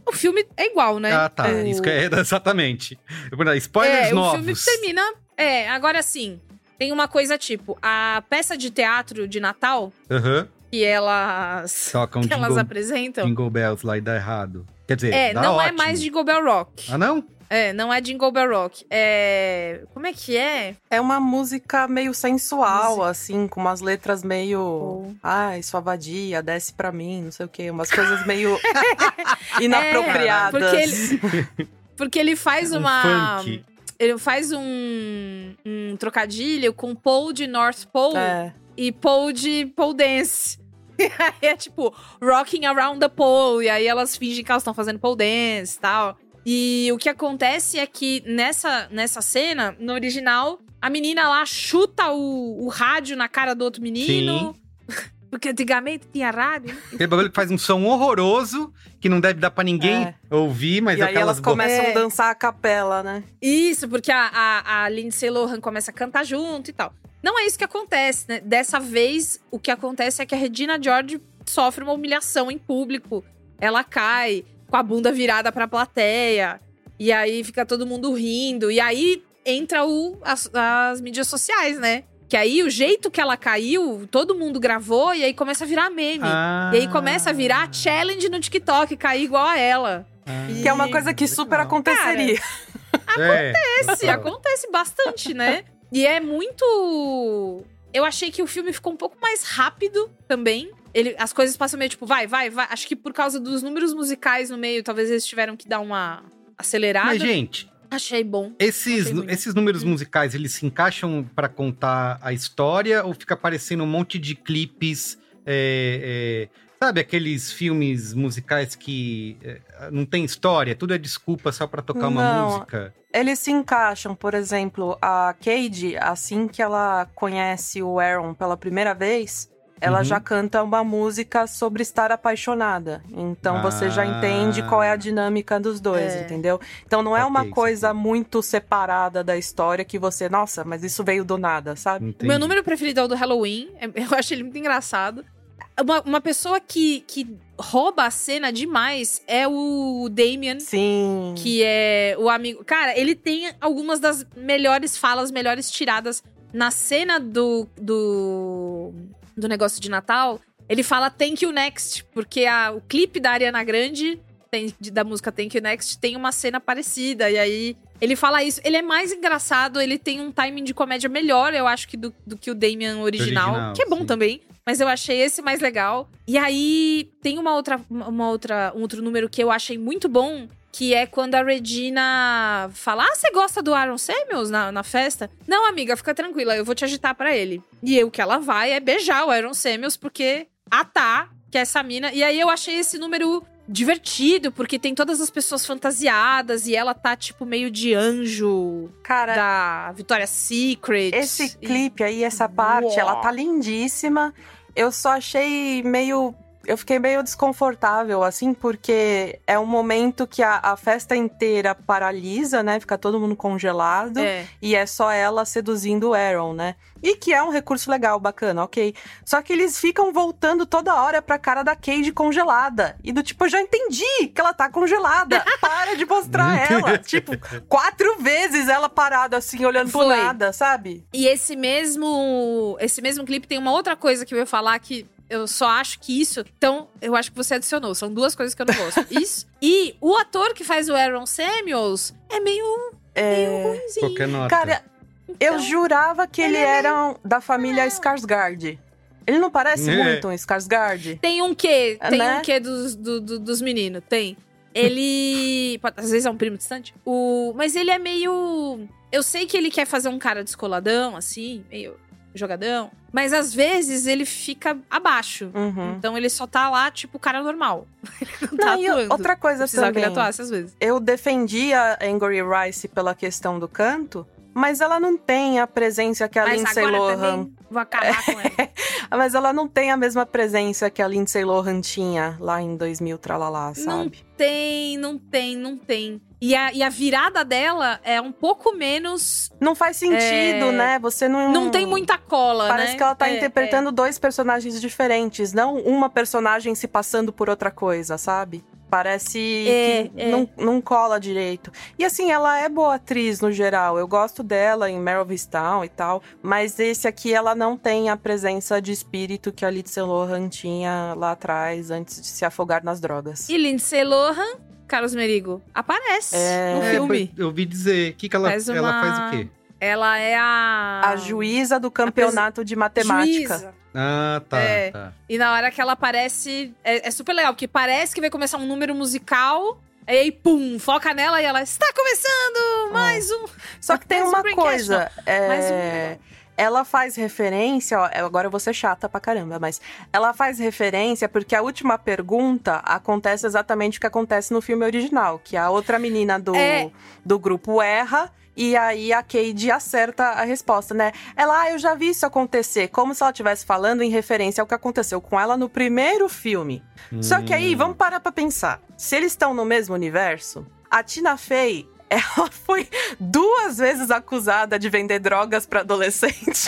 O filme é igual, né?
Ah, tá.
O...
Isso que é exatamente. Spoilers
é,
novos.
O filme termina... É, agora sim, tem uma coisa tipo, a peça de teatro de Natal,
uhum.
que elas,
Tocam
que
jingle,
elas apresentam...
Jingle Bells lá e dá errado. Quer dizer,
É,
dá
não
ótimo.
é mais Jingle Bell Rock.
Ah, não?
É, não é Jingle Bell Rock. É... Como é que é?
É uma música meio sensual, música. assim, com umas letras meio... Oh. Ai, sua vadia, desce pra mim, não sei o quê. Umas coisas meio inapropriadas.
É, porque, ele, porque ele faz
um
uma...
Funk.
Ele faz um, um trocadilho com pole de North Pole
é.
e pole de pole dance. E aí é tipo, rocking around the pole. E aí elas fingem que elas estão fazendo pole dance e tal. E o que acontece é que nessa, nessa cena, no original, a menina lá chuta o, o rádio na cara do outro menino.
Sim.
Porque antigamente tinha rádio.
Aquele bagulho que faz um som horroroso, que não deve dar pra ninguém é. ouvir, mas
e
aquelas...
aí elas começam
é.
a dançar a capela, né?
Isso, porque a, a, a Lindsay Lohan começa a cantar junto e tal. Não é isso que acontece, né? Dessa vez, o que acontece é que a Regina George sofre uma humilhação em público. Ela cai com a bunda virada pra plateia. E aí fica todo mundo rindo. E aí entra o, as, as mídias sociais, né? Que aí o jeito que ela caiu, todo mundo gravou e aí começa a virar meme.
Ah.
E aí começa a virar challenge no TikTok, cair igual a ela.
Ah.
E... Que é uma coisa que super aconteceria.
Cara, acontece, é. acontece bastante, né? E é muito... Eu achei que o filme ficou um pouco mais rápido também. Ele, as coisas passam meio tipo, vai, vai, vai. Acho que por causa dos números musicais no meio, talvez eles tiveram que dar uma acelerada.
Mas, gente...
Achei bom.
Esses,
Achei
esses números hum. musicais, eles se encaixam pra contar a história ou fica aparecendo um monte de clipes, é, é, sabe, aqueles filmes musicais que é, não tem história, tudo é desculpa só pra tocar uma
não,
música?
Eles se encaixam, por exemplo, a Cade, assim que ela conhece o Aaron pela primeira vez... Ela uhum. já canta uma música sobre estar apaixonada. Então, ah. você já entende qual é a dinâmica dos dois, é. entendeu? Então, não é okay, uma coisa sim. muito separada da história que você... Nossa, mas isso veio do nada, sabe?
O meu número preferido é o do Halloween. Eu acho ele muito engraçado. Uma, uma pessoa que, que rouba a cena demais é o Damien.
Sim.
Que é o amigo... Cara, ele tem algumas das melhores falas, melhores tiradas na cena do... do... do negócio de Natal, ele fala Thank You Next, porque a, o clipe da Ariana Grande, tem, da música Thank You Next, tem uma cena parecida, e aí ele fala isso. Ele é mais engraçado, ele tem um timing de comédia melhor, eu acho, que do, do que o Damien original, original que é bom sim. também, mas eu achei esse mais legal. E aí, tem uma outra, uma outra, um outro número que eu achei muito bom, que é quando a Regina fala, ah, você gosta do Aaron Samuels na, na festa? Não, amiga, fica tranquila, eu vou te agitar pra ele. E o que ela vai é beijar o Aaron Samuels, porque a Tá, que é essa mina... E aí eu achei esse número divertido, porque tem todas as pessoas fantasiadas, e ela tá, tipo, meio de anjo.
Cara,
da Victoria's Secret.
Esse
e...
clipe aí, essa parte, Uou. ela tá lindíssima. Eu só achei meio... Eu fiquei meio desconfortável, assim, porque é um momento que a, a festa inteira paralisa, né? Fica todo mundo congelado.
É.
E é só ela seduzindo o Aaron, né? E que é um recurso legal, bacana, ok. Só que eles ficam voltando toda hora pra cara da Cade congelada. E do tipo, eu já entendi que ela tá congelada. Para de mostrar ela. Tipo, quatro vezes ela parada, assim, olhando
Foi.
pro nada, sabe?
E esse mesmo, esse mesmo clipe tem uma outra coisa que eu ia falar que... Eu só acho que isso... Então, eu acho que você adicionou. São duas coisas que eu não gosto. Isso. E o ator que faz o Aaron Samuels é meio...
É...
meio ruimzinho.
Qualquer nota.
Cara, então, eu jurava que ele, ele é era meio... da família não. Skarsgård. Ele não parece é. muito um Skarsgård?
Tem um quê? Tem
né?
um quê dos, do, do, dos meninos? Tem. Ele... Às vezes é um primo distante. O... Mas ele é meio... Eu sei que ele quer fazer um cara descoladão, assim, meio... jogadão, mas às vezes ele fica abaixo.
Uhum.
Então ele só tá lá, tipo, cara normal. Ele não,
não
tá
atuando. Outra coisa
Precisava
também.
que ele atuasse às vezes.
Eu defendi a Angourie Rice pela questão do canto, mas ela não tem a presença que a
mas
Lindsay
agora
Lohan...
Também vou acabar com ela.
Mas ela não tem a mesma presença que a Lindsay Lohan tinha lá em dois mil, tralalá, sabe?
Não tem, não tem, não tem. E a, e a virada dela é um pouco menos...
Não faz sentido, é... né? Você não...
Não tem muita cola,
Parece
né?
que ela tá
é,
interpretando
é.
dois personagens diferentes, não uma personagem se passando por outra coisa, sabe? Parece
É,
que
é.
Não, não cola direito. E assim, ela é boa atriz no geral. Eu gosto dela em Mare of Easttown e tal. Mas esse aqui, ela não tem a presença de espírito que a Lindsay Lohan tinha lá atrás, antes de se afogar nas drogas.
E Lindsay Lohan, Carlos Merigo, aparece
É.
no
É,
filme.
eu ouvi dizer. Que que ela,
Faz
ela
uma-
faz o quê?
Ela é a...
A juíza do campeonato de matemática.
Juíza.
Ah, tá,
É.
tá.
E na hora que ela aparece, é, é super legal, porque parece que vai começar um número musical, e aí, pum, foca nela e ela, está começando mais um...
Só que tem
Mais um
uma
Braincast,
coisa,
não.
é,
Mais um.
ela faz referência, ó, agora eu vou ser chata pra caramba, mas ela faz referência porque a última pergunta acontece exatamente o que acontece no filme original, que a outra menina do,
É.
do grupo erra, e aí a Cade acerta a resposta, né? Ela, ah, eu já vi isso acontecer, como se ela estivesse falando em referência ao que aconteceu com ela no primeiro filme. Só que aí, vamos parar pra pensar. Se eles estão no mesmo universo, a Tina Fey, ela foi duas vezes acusada de vender drogas pra adolescentes.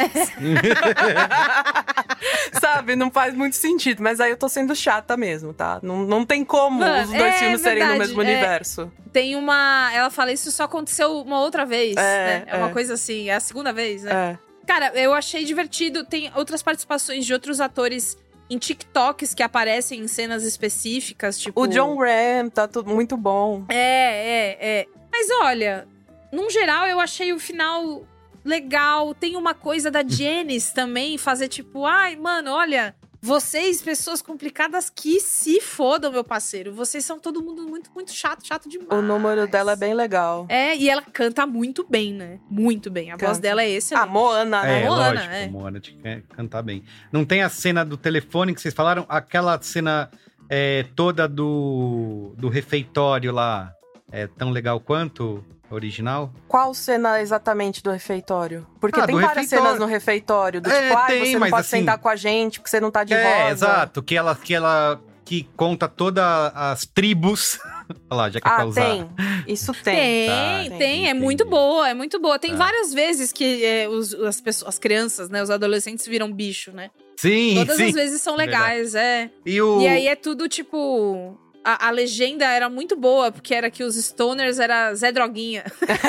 Sabe? Não faz muito sentido. Mas aí eu tô sendo chata mesmo, tá? Não, não tem como
Mano,
os dois
é
filmes serem no
verdade,
mesmo
é.
universo.
Tem uma... Ela fala, isso só aconteceu uma outra vez,
É,
né? É, uma
é.
coisa assim, é a segunda vez, né?
É.
Cara, eu achei divertido. Tem outras participações de outros atores em TikToks que aparecem em cenas específicas, tipo...
O John Ram tá tudo muito bom.
É, é, é. Mas olha, num geral eu achei o final legal. Tem uma coisa da Janice também, fazer tipo, ai, mano, olha, vocês, pessoas complicadas, que se fodam, meu parceiro. Vocês são todo mundo muito, muito chato, chato demais.
O número dela é bem legal.
É, e ela canta muito bem, né? Muito bem. A voz
Canta.
dela é excelente.
Ah, Moana, né?
É,
Moana,
lógico,
é.
Moana tinha que cantar bem. Não tem a cena do telefone que vocês falaram? Aquela cena é, toda do, do refeitório lá, é tão legal quanto a original?
Qual cena exatamente do refeitório? Porque
Ah,
tem
do
várias
refeitório.
cenas no refeitório. Do
É,
tipo, ai,
tem,
você não
mas
pode
assim-
sentar com a gente porque você não tá de
é,
rosa.
exato. Que ela, que ela que conta todas as tribos. Olha lá, já que é pra
Ah,
usar.
tem. Isso tem.
Tem,
Tá,
tem, é
entendi.
muito boa, é muito boa. Tem
Tá.
várias vezes que é, os, as, pessoas, as crianças, né, os adolescentes viram bicho, né?
Sim,
Todas
sim.
as vezes são legais, é.
E, o...
E aí é tudo tipo. A, a legenda era muito boa, porque era que os stoners era Zé Droguinha.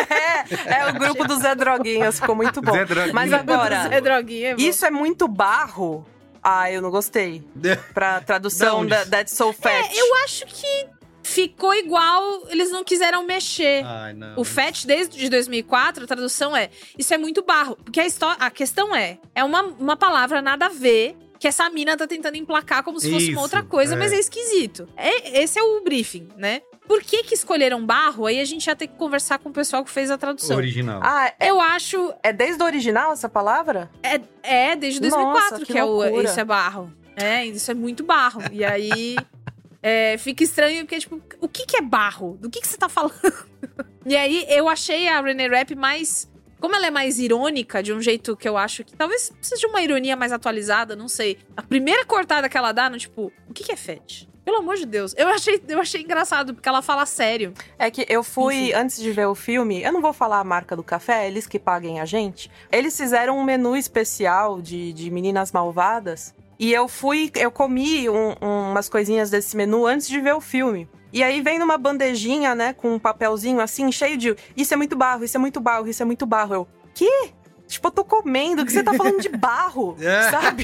É, é o grupo do Zé Droguinhas, ficou muito bom.
Zé Droguinha.
Mas agora,
Zé Droguinha. é bom.
isso é muito barro. Ah, eu não gostei. Pra tradução
Não,
da
isso-
That's So Fat.
É, eu acho que ficou igual, eles não quiseram mexer.
Ai, não.
O Fat, desde de dois mil e quatro, a tradução é: isso é muito barro. Porque a, histó- a questão é: é uma, uma palavra nada a ver que essa mina tá tentando emplacar como se fosse
Isso,
uma outra coisa,
é.
mas é esquisito. É, esse é o briefing, né? Por que que escolheram barro? Aí a gente ia ter que conversar com o pessoal que fez a tradução.
Original.
Ah, é,
Eu acho.
é desde o original essa palavra?
É, é desde dois mil e quatro
Nossa,
que,
que
é o,
loucura.
isso é barro. É, isso é muito barro. E aí. é, fica estranho, porque, tipo, o que que é barro? Do que que você tá falando? E aí, eu achei a Renee Rapp mais... Como ela é mais irônica, de um jeito que eu acho que... Talvez precise de uma ironia mais atualizada, não sei. A primeira cortada que ela dá, no tipo... O que que é fat? Pelo amor de Deus. Eu achei, eu achei engraçado, porque ela fala sério.
É que eu fui,
Enfim.
antes de ver o filme, eu não vou falar a marca do café, eles que paguem a gente. Eles fizeram um menu especial de, de meninas malvadas. E eu fui, eu comi um- um- umas coisinhas desse menu antes de ver o filme. E aí vem numa bandejinha, né, com um papelzinho assim, cheio de... Isso é muito barro, isso é muito barro, isso é muito barro. Eu, quê? Tipo, eu tô comendo, o que você tá falando de barro?
É.
Sabe?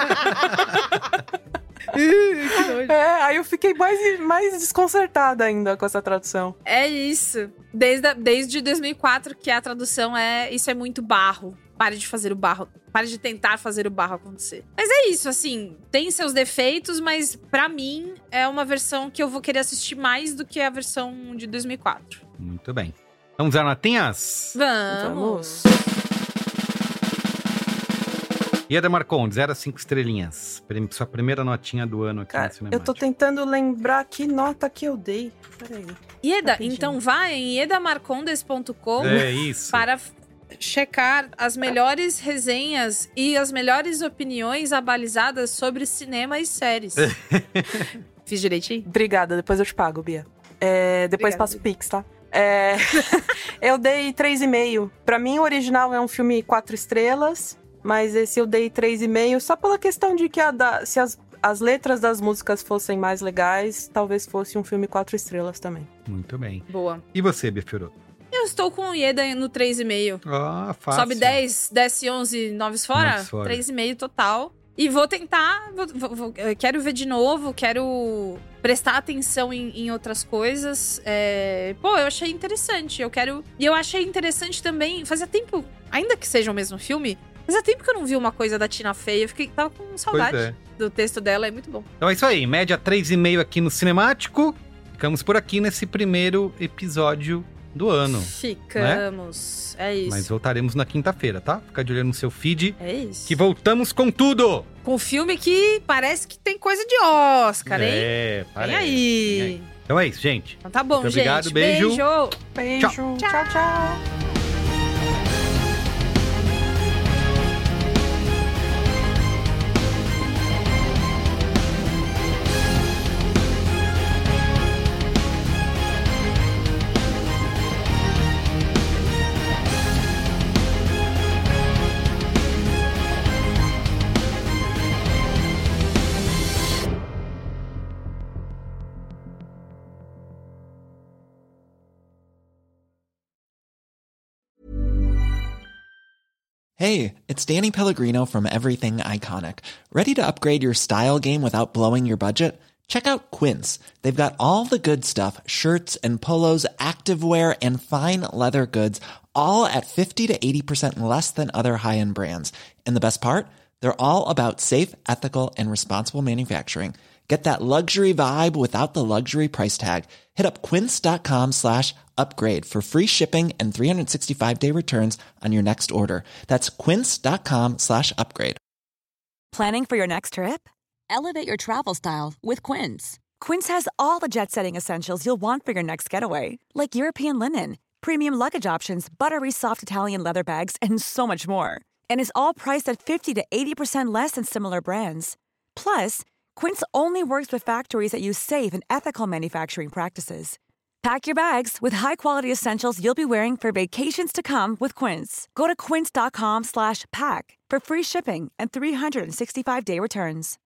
É, aí eu fiquei mais, mais desconcertada ainda com essa tradução.
É isso. Desde, a- desde dois mil e quatro que a tradução é... Isso é muito barro. Pare de fazer o barro. Pare de tentar fazer o barro acontecer. Mas é isso, assim. Tem seus defeitos, mas pra mim é uma versão que eu vou querer assistir mais do que a versão de dois mil e quatro.
Muito bem. Vamos às notinhas?
Vamos.
Ieda Marcondes, zero a cinco estrelinhas. Prim- Sua primeira notinha do ano aqui
Cara,
no
eu
Cinemático.
tô tentando lembrar que nota que eu dei. Peraí.
Ieda,
Rapidinho.
então vai em iedamarcondes ponto com
É isso.
para f- checar as melhores resenhas e as melhores opiniões abalizadas sobre cinema e séries. Fiz direitinho?
Obrigada, depois eu te pago, Bia. É, depois
Obrigada,
passo o Pix, tá? É, eu dei três e meio. Pra mim, o original é um filme quatro estrelas, mas esse eu dei três e meio só pela questão de que a da- se as, as letras das músicas fossem mais legais, talvez fosse um filme quatro estrelas também.
Muito bem.
Boa.
E você, Bia Fiorotto?
Eu estou com o Ieda no três vírgula cinco.
Ah, fácil.
Sobe dez, desce onze, nove fora?
Noves fora.
três vírgula cinco total. E vou tentar, vou, vou, vou, quero ver de novo, quero prestar atenção em, em outras coisas. É, pô, eu achei interessante, eu quero... E eu achei interessante também, fazia tempo, ainda que seja o mesmo filme, fazia tempo que eu não vi uma coisa da Tina Fey, eu fiquei, tava com saudade
é.
do texto dela, é muito bom.
Então é isso aí, média três vírgula cinco aqui no Cinemático. Ficamos por aqui nesse primeiro episódio do ano.
Ficamos, né? É isso.
Mas voltaremos na quinta-feira, tá? Fica de olho no seu feed.
É isso.
Que voltamos com tudo!
Com um filme que parece que tem coisa de Oscar, hein?
É, parece.
Vem aí.
Vem aí. Então é isso, gente.
Então tá bom,
Muito
gente.
Obrigado, beijo.
Beijo.
Beijo.
Tchau,
tchau. tchau. tchau.
Hey, it's Danny Pellegrino from Everything Iconic. Ready to upgrade your style game without blowing your budget? Check out Quince. They've got all the good stuff, shirts and polos, activewear, and fine leather goods, all at fifty to eighty percent less than other high-end brands. And the best part? They're all about safe, ethical, and responsible manufacturing. Get that luxury vibe without the luxury price tag. Hit up quince.com slash upgrade for free shipping and three sixty-five day returns on your next order. That's quince.com slash upgrade.
Planning for your next trip? Elevate your travel style with Quince. Quince has all the jet-setting essentials you'll want for your next getaway, like European linen, premium luggage options, buttery soft Italian leather bags, and so much more. And is all priced at fifty to eighty percent less than similar brands. Plus, Quince only works with factories that use safe and ethical manufacturing practices. Pack your bags with high-quality essentials you'll be wearing for vacations to come with Quince. Go to quince.com slash pack for free shipping and three sixty-five day returns.